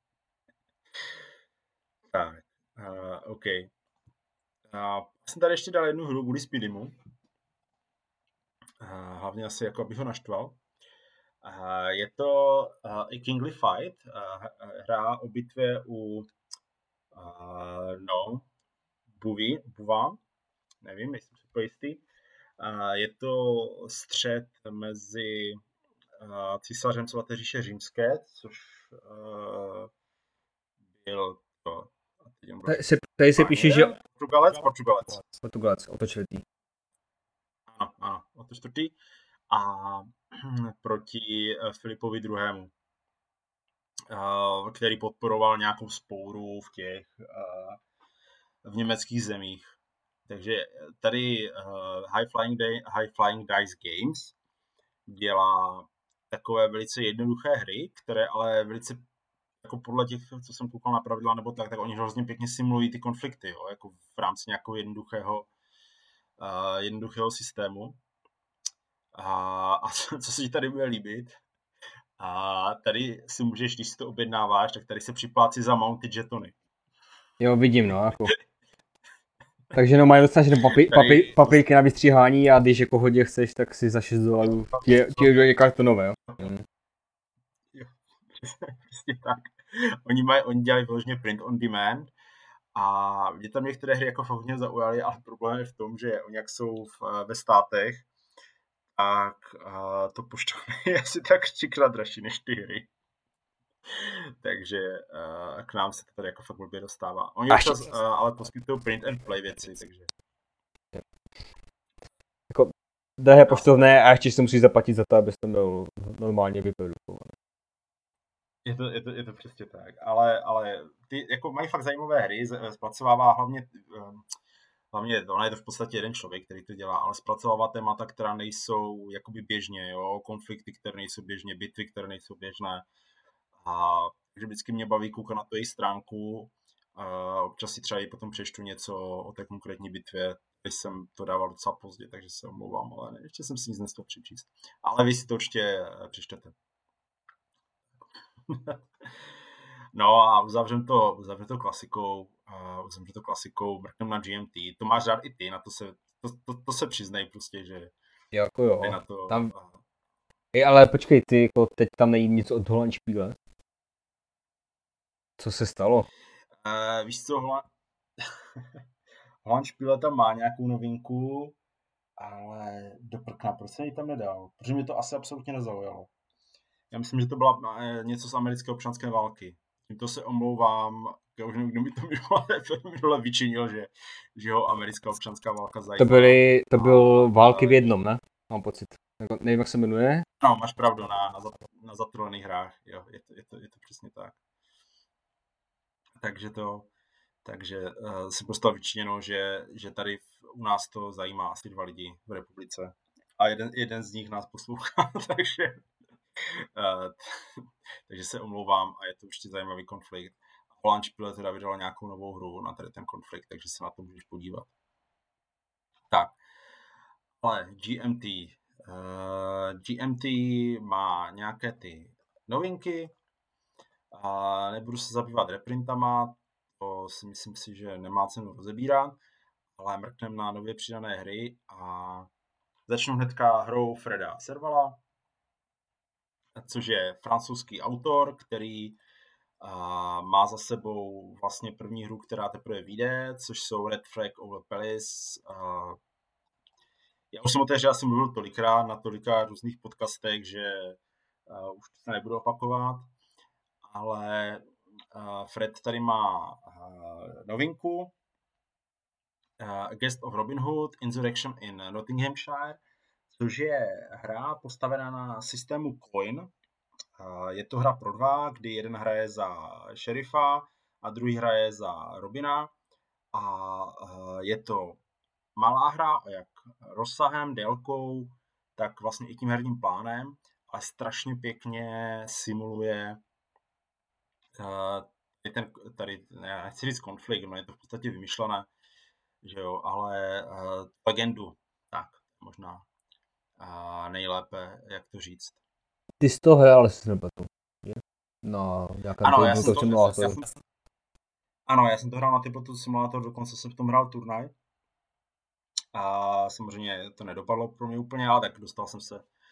Tak, uh, OK. Uh, jsem tady ještě dal jednu hru kvůli Speedymu. Uh, hlavně asi jako abych ho naštval. Uh, je to uh, i Kingly Fight, uh, hra o bitvě u uh, no, Buví, Buvá, nevím, nejsem si jistý. Uh, je to střet mezi uh, císařem svaté říše římské, což uh, byl to. Tady se, tady se píše, že... Portugalec, Portugalec. Portugalec, o to čtvrtý. Ano, ano, o to čtvrtý. A proti Filipovi druhému, který podporoval nějakou spouru v těch v německých zemích. Takže tady High Flying, Day, High Flying Dice Games dělá takové velice jednoduché hry, které ale velice, jako podle těch, co jsem koukal na pravidla nebo tak, tak oni hrozně pěkně simulují ty konflikty, jo, jako v rámci nějakého jednoduchého, uh, jednoduchého systému. A, a co, co se ti tady bude líbit, a tady si můžeš, když si to objednáváš, tak tady se připlácí za mounty jetony. Jo, vidím, no, jako. Takže no, mají docela papí, papí, papírky na vystříhání a když jako hodně chceš, tak si za šest dolarů ti je kartonové, jo. Mm. Jo, přesně tak. Oni, mají, oni dělají vyloženě print on demand a mě tam některé hry jako hodně zaujaly, ale problém je v tom, že oni jak jsou v, ve státech, tak a to poštovné je asi tak třikrát dražší než ty hry. Takže uh, k nám se to tady jako fakt blbě dostává. Oni občas uh, ale poskytují print and play věci, takže... Jako drahé poštovné a ještě si musíš zaplatit za to, abys to byl normálně vyprodukovaný. Je to, je to, je to přesně tak, ale, ale ty jako mají fakt zajímavé hry, zpracovává hlavně, hlavně ono je to v podstatě jeden člověk, který to dělá, ale zpracovává témata, která nejsou jakoby běžně, jo, konflikty, které nejsou běžně, bitvy, které nejsou běžné. A takže vždycky mě baví koukat na tu její stránku, a občas si třeba i potom přečtu něco o té konkrétní bitvě, když jsem to dával docela pozdě, takže se omlouvám, ale ne, ještě jsem si nic nestihl přečíst. Ale vy si to určitě přečtete. No a uzavřem to, uzavřem to klasikou, uh, uzavřem to klasikou, mrknem na G M T. To máš rád i ty, na to se, to, to, to se přiznej prostě, že... Jo, jako jo, na to, tam... uh, I, ale počkej, ty, jako teď tam nejde nic od Holandšpíle. Co se stalo? Uh, víš co, Holand... Holandšpíle tam má nějakou novinku, ale do prkna, proč jsem ji tam nedal? Protože mě to asi absolutně nezaujalo. Já myslím, že to byla něco z americké občanské války. Tímto se omlouvám, kdo mi to minule vyčinil, že, že ho americká občanská válka zajímá. To byly, to byl války v jednom, ne? Mám pocit. Nevím, jak se jmenuje. No, máš pravdu, na, na, na zatrolených hrách, jo, je to, je to, je to přesně tak. Takže to, takže uh, si prostě vyčiněno, že, že tady v, u nás to zajímá asi dva lidi v republice. A jeden, jeden z nich nás poslouchá, takže... Uh, takže se omlouvám a je to určitě zajímavý konflikt. Holandšpíle teda vydala nějakou novou hru na tady ten konflikt, takže se na to můžeš podívat. Tak, ale G M T. Uh, G M T má nějaké ty novinky a nebudu se zabývat reprintama, to si myslím si, že nemá cenu rozebírat, ale mrknem na nově přidané hry a začnu hnedka hrou Freda Servala, což je francouzský autor, který uh, má za sebou vlastně první hru, která teprve vyjde, což jsou Red Flag Over Palace. Uh, já už jsem o té hře asi mluvil tolikrát na tolika různých podcastech, že uh, už se nebudu opakovat, ale uh, Fred tady má uh, novinku uh, Guest of Robin Hood, Insurrection in Nottinghamshire, což je hra postavená na systému Coin. Je to hra pro dva, kdy jeden hraje za šerifa a druhý hraje za Robina. A je to malá hra, jak rozsahem, délkou, tak vlastně i tím herním plánem, ale strašně pěkně simuluje ten, tady, já nechci říct konflikt, no je to v podstatě vymyšlené, že jo, ale legendu, tak možná nejlépe, jak to říct. Ty jsi to hrál, ale jsi nepletu. No, nějaká ano, já jsem to, simulátor. Já jsem, ano, já jsem to hrál na Tabletop Simulator, dokonce jsem v tom hrál turnaj. A samozřejmě to nedopadlo pro mě úplně, ale tak dostal jsem se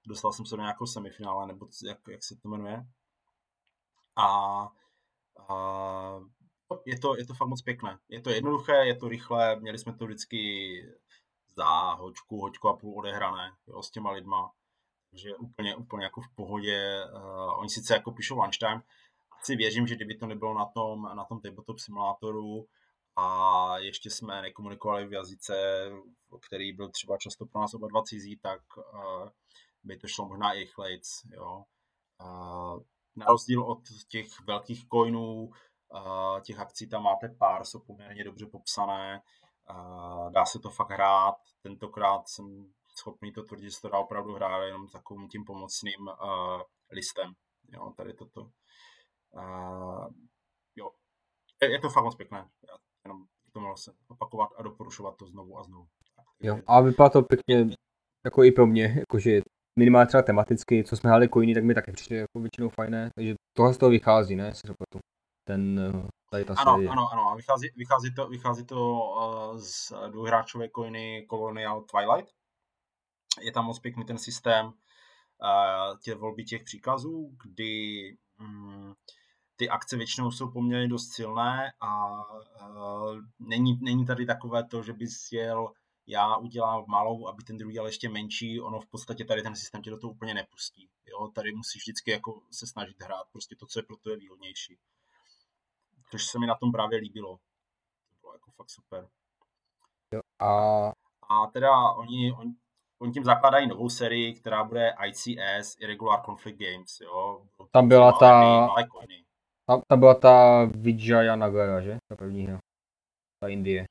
dostal jsem se do nějakého semifinále, nebo jak, jak se to jmenuje. A, a je, to, je to fakt moc pěkné. Je to jednoduché, je to rychlé, měli jsme to vždycky za hoďku, hoďku a půl odehrané, jo, s těma lidma. Takže úplně, úplně jako v pohodě. Uh, oni sice jako píšou lunchtime, asi věřím, že kdyby to nebylo na tom, na tom tabletop simulátoru a ještě jsme nekomunikovali v jazyce, který byl třeba často pro nás oba dva cizí, tak uh, by to šlo možná i rychlejc, jo. Uh, na rozdíl od těch velkých coinů, uh, těch akcí tam máte pár, jsou poměrně dobře popsané, uh, dá se to fakt hrát, tentokrát jsem schopný to tvrdit, že se to dá opravdu hrát jenom takovým tím pomocným uh, listem, jo, tady toto. Uh, jo, je, je to fakt moc pěkné, já jenom to mohlo se opakovat a doporučovat to znovu a znovu. Tak, jo, a vypadá to pěkně, jako i pro mě, jakože minimálně třeba tematicky, co jsme hráli coiny, tak mi také přišly jako většinou fajné, takže tohle z toho vychází, ne, si řekl ten, tady ta ano, série. ano, ano, vychází, vychází to, vychází to uh, z dvouhráčové coiny Colonial Twilight. Je tam moc pěkný ten systém uh, tě volby těch příkazů, kdy um, ty akce většinou jsou poměrně dost silné a uh, není, není tady takové to, že bys jel, já udělám malou, aby ten druhý dělal ještě menší, ono v podstatě tady ten systém tě do toho úplně nepustí. Jo? Tady musíš vždycky jako se snažit hrát prostě to, co je pro to je výhodnější. Což se mi na tom právě líbilo. To bylo jako fakt super. Jo, a... a teda oni, oni, oni tím zakládají novou sérii, která bude I C S, Irregular Conflict Games. Jo? Tam byla malé, ta... malé coiny. Tam, tam byla ta Vijaya Nagara, že? Ta první hra. Ta Indie.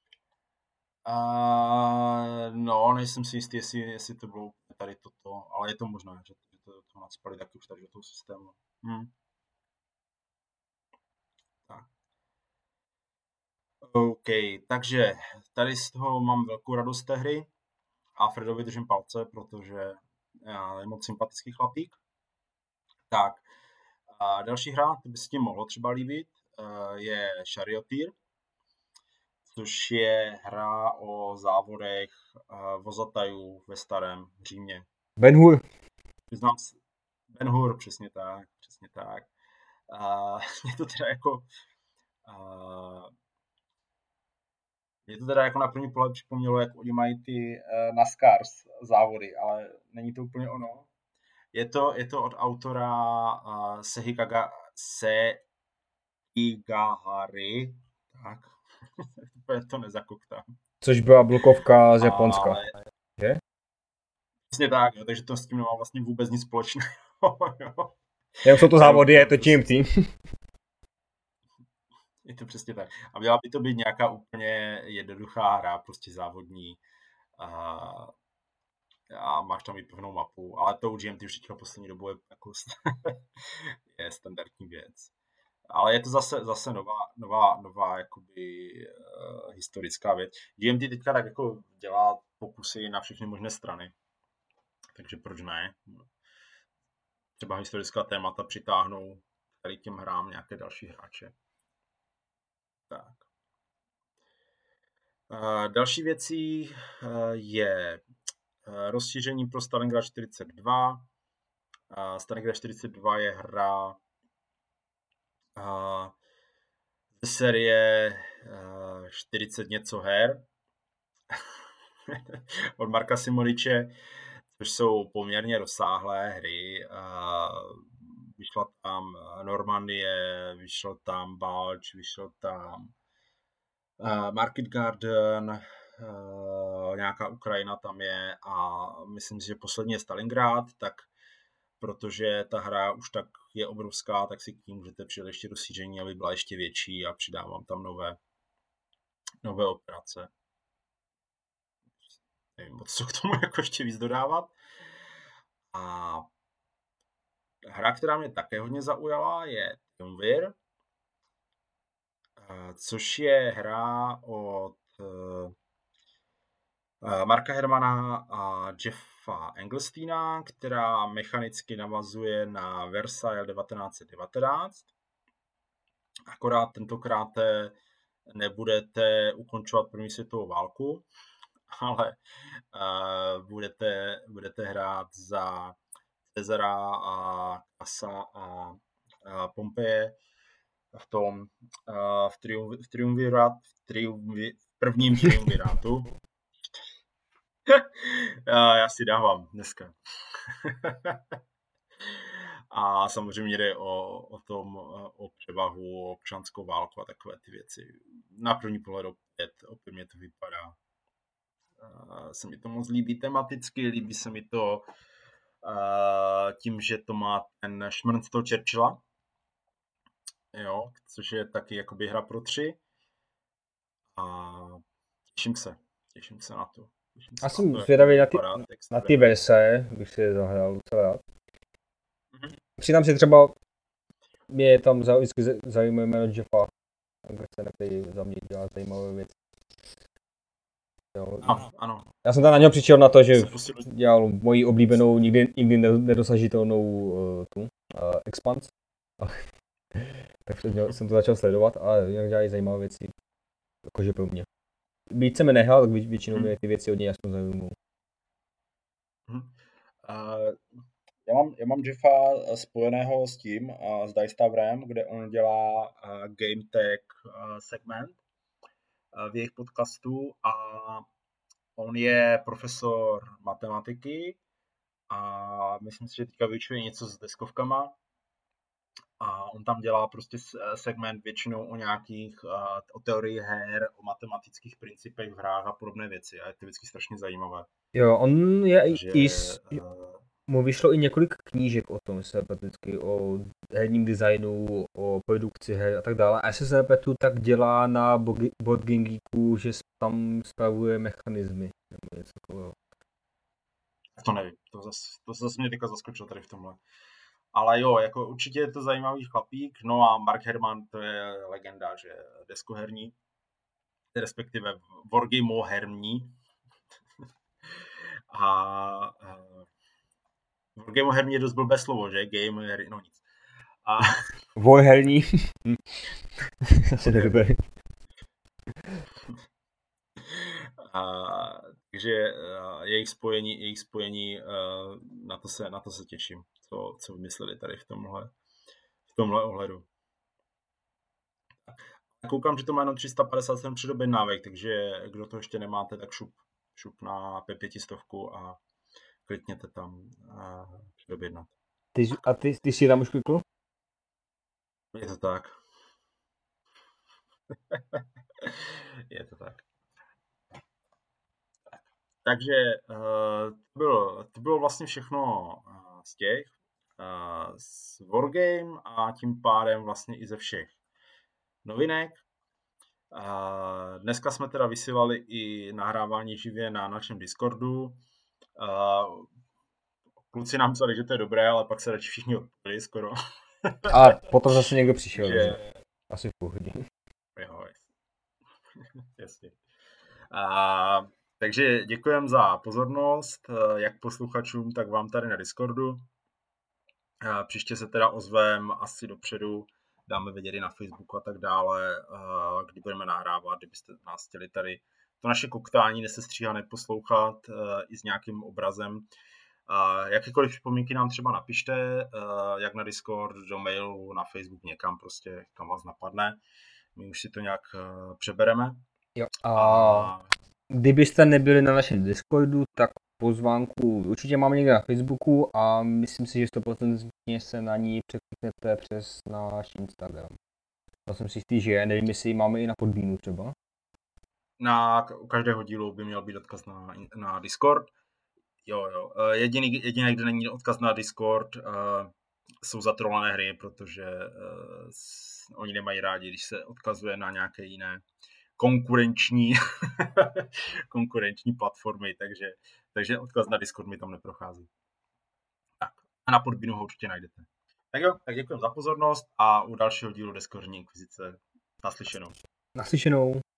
Uh, no, nejsem si jistý, jestli, jestli to bylo tady toto, ale je to možné, že, že to, to nacpali taky už tady do toho systému. Hmm. Tak. OK, takže tady z toho mám velkou radost té hry a Fredovi držím palce, protože je moc sympatický chlapík. Tak, a další hra, to by se tím mohlo třeba líbit, je Charioteer, což je hra o závodech vozatajů ve starém Římě. Ben Hur. Vyznám se, Ben Hur, přesně tak, přesně tak. A je to teda jako... A, mě to teda jako na první pohled připomnělo, jak oni mají ty uh, NASCAR závody, ale není to úplně ono. Je to, je to od autora uh, Sehikaga, Sekigahary, tak, úplně to nezakoktám. Což byla blokovka z Japonska, ale... že? Přesně tak, jo, takže to s tím nemá vlastně vůbec nic společného. Jenom jsou to závody, je to tím tým. Je to přesně tak. A měla by to být nějaká úplně jednoduchá hra, prostě závodní. A, a máš tam i pevnou mapu, ale to u G M T už teďka poslední dobu je, jako, je standardní věc. Ale je to zase, zase nová, nová, nová jakoby, uh, historická věc. G M T teďka tak jako dělá pokusy na všechny možné strany. Takže proč ne? Třeba historická témata přitáhnou tady těm hrám nějaké další hráče. Tak. Uh, další věcí uh, je uh, rozšíření pro Stalingrad čtyřicet dva. Uh, Stalingrad čtyřicet dva je hra uh, ze série uh, čtyřicet něco her od Marka Simoniče, což jsou poměrně rozsáhlé hry. Uh, vyšla tam Normandie, vyšel tam Balč, vyšel tam Uh, Market Garden, uh, nějaká Ukrajina tam je a myslím si, že poslední je Stalingrad, tak protože ta hra už tak je obrovská, tak si k ní můžete přidat ještě rozšíření, aby byla ještě větší a přidávám tam nové, nové operace. Nevím moc, co k tomu jako ještě víc dodávat. A hra, která mě také hodně zaujala, je Triumvir, což je hra od uh, Marka Hermana a Jeffa Engelsteina, která mechanicky navazuje na Versailles devatenáct set devatenáct. Akorát tentokrát nebudete ukončovat první světovou válku, ale uh, budete, budete hrát za Cezara a Kasa a, a Pompeje v tom uh, v, triumvi, v, triumvirát, v, triumvi, v prvním triumvirátu. uh, já si dávám dneska. A samozřejmě jde o, o tom, o převahu, o občanskou válku a takové ty věci. Na první pohled opět, opět mě to vypadá. Uh, se mi to moc líbí tematicky, líbí se mi to uh, tím, že to má ten šmrnc toho Churchilla, jo, což je taky jakoby hra pro tři. A těším se, těším se na to. Těším se Já jsem na to, zvědavý na ty, na ty verse, bych si je zahrál docela rád. Mm-hmm. Přidám si třeba, mě je tam vždycky zajímavé jméno Jeffa Andersona, který za mě dělá zajímavé věci. Jo. Ano, ano. Já jsem tam na něho přišel na to, že dělal moji oblíbenou, nikdy, nikdy nedosažitelnou uh, tu, uh, Expanse. Tak jsem to začal sledovat a jinak dělají zajímavé věci. Jakože pro mě. Víc se mi nehrál, tak většinou mě ty věci od něj aspoň zajímavé. Hmm. Uh, já, mám, já mám Jeffa spojeného s tím, uh, s Dice Towerem, kde on dělá uh, Game Tech uh, segment uh, v jejich podcastu a on je profesor matematiky a myslím si, že teďka vyučuje něco s deskovkama. A on tam dělá prostě segment většinou o nějakých, uh, o teorii her, o matematických principech v hrách a podobné věci. A je to vždycky strašně zajímavé. Jo, on je že, i, s, uh, mu vyšlo i několik knížek o tom, se prakticky o herním designu, o produkci her a tak dále. A jestli se nepletu, tak dělá na Board Game Geeku, že tam spravuje mechanismy, nebo něco takového. To nevím, to zase to zas mě teďka zaskočilo tady v tomhle. Ale jo, jako určitě je to zajímavý chlapík, no a Mark Herman to je legenda, že deskoherní, respektive wargameoherní. a, a wargameoherní je dost blbé slovo, že? Game, no nic. A... Warherní. Asi nedobre. A, takže uh, jejich spojení, jejich spojení uh, na, to se, na to se těším, co, co vymysleli tady v tomhle, v tomhle ohledu. Koukám, že to má jenom tři sta padesát sedm předobjednávek, takže kdo to ještě nemáte, tak šup, šup na P pět stovku a klikněte tam a předobjednat. Ty, a ty, ty si tam už klikl? Je to tak. Je to tak. Takže uh, to, bylo, to bylo vlastně všechno uh, z těch, uh, z Wargame a tím pádem vlastně i ze všech novinek. Uh, dneska jsme teda vysílali i nahrávání živě na našem Discordu. Uh, kluci nám psali, že to je dobré, ale pak se radši všichni odpověděli skoro. A potom zase někdo přišel. že... Asi v pohodě. Jo, jasně. Uh, Takže děkujem za pozornost, jak posluchačům, tak vám tady na Discordu. Příště se teda ozvem asi dopředu, dáme vědět i na Facebooku a tak dále, kdy budeme nahrávat, kdybyste nás chtěli tady to naše koktání nesestříhané poslouchat i s nějakým obrazem. Jakékoliv připomínky nám třeba napište, jak na Discord, do mailu, na Facebook, někam prostě, kam vás napadne. My už si to nějak přebereme. Jo, a... Kdybyste nebyli na našem Discordu, tak pozvánku určitě máme někde na Facebooku a myslím si, že sto procent se na ní překliknete přes náš Instagram. Já jsem si jistý, že je, nevím, jestli máme i na Podbeanu třeba. Na u každého dílu by měl být odkaz na, na Discord. Jo, jo. Jediný, jediný, kde není odkaz na Discord, uh, jsou zatrolané hry, protože uh, s, oni nemají rádi, když se odkazuje na nějaké jiné konkurenční konkurenční platformy, takže, takže odkaz na Discord mi tam neprochází. Tak, a na Podbeanu ho určitě najdete. Tak jo, tak děkuji za pozornost a u dalšího dílu Deskoherní inkvizice naslyšenou. Naslyšenou.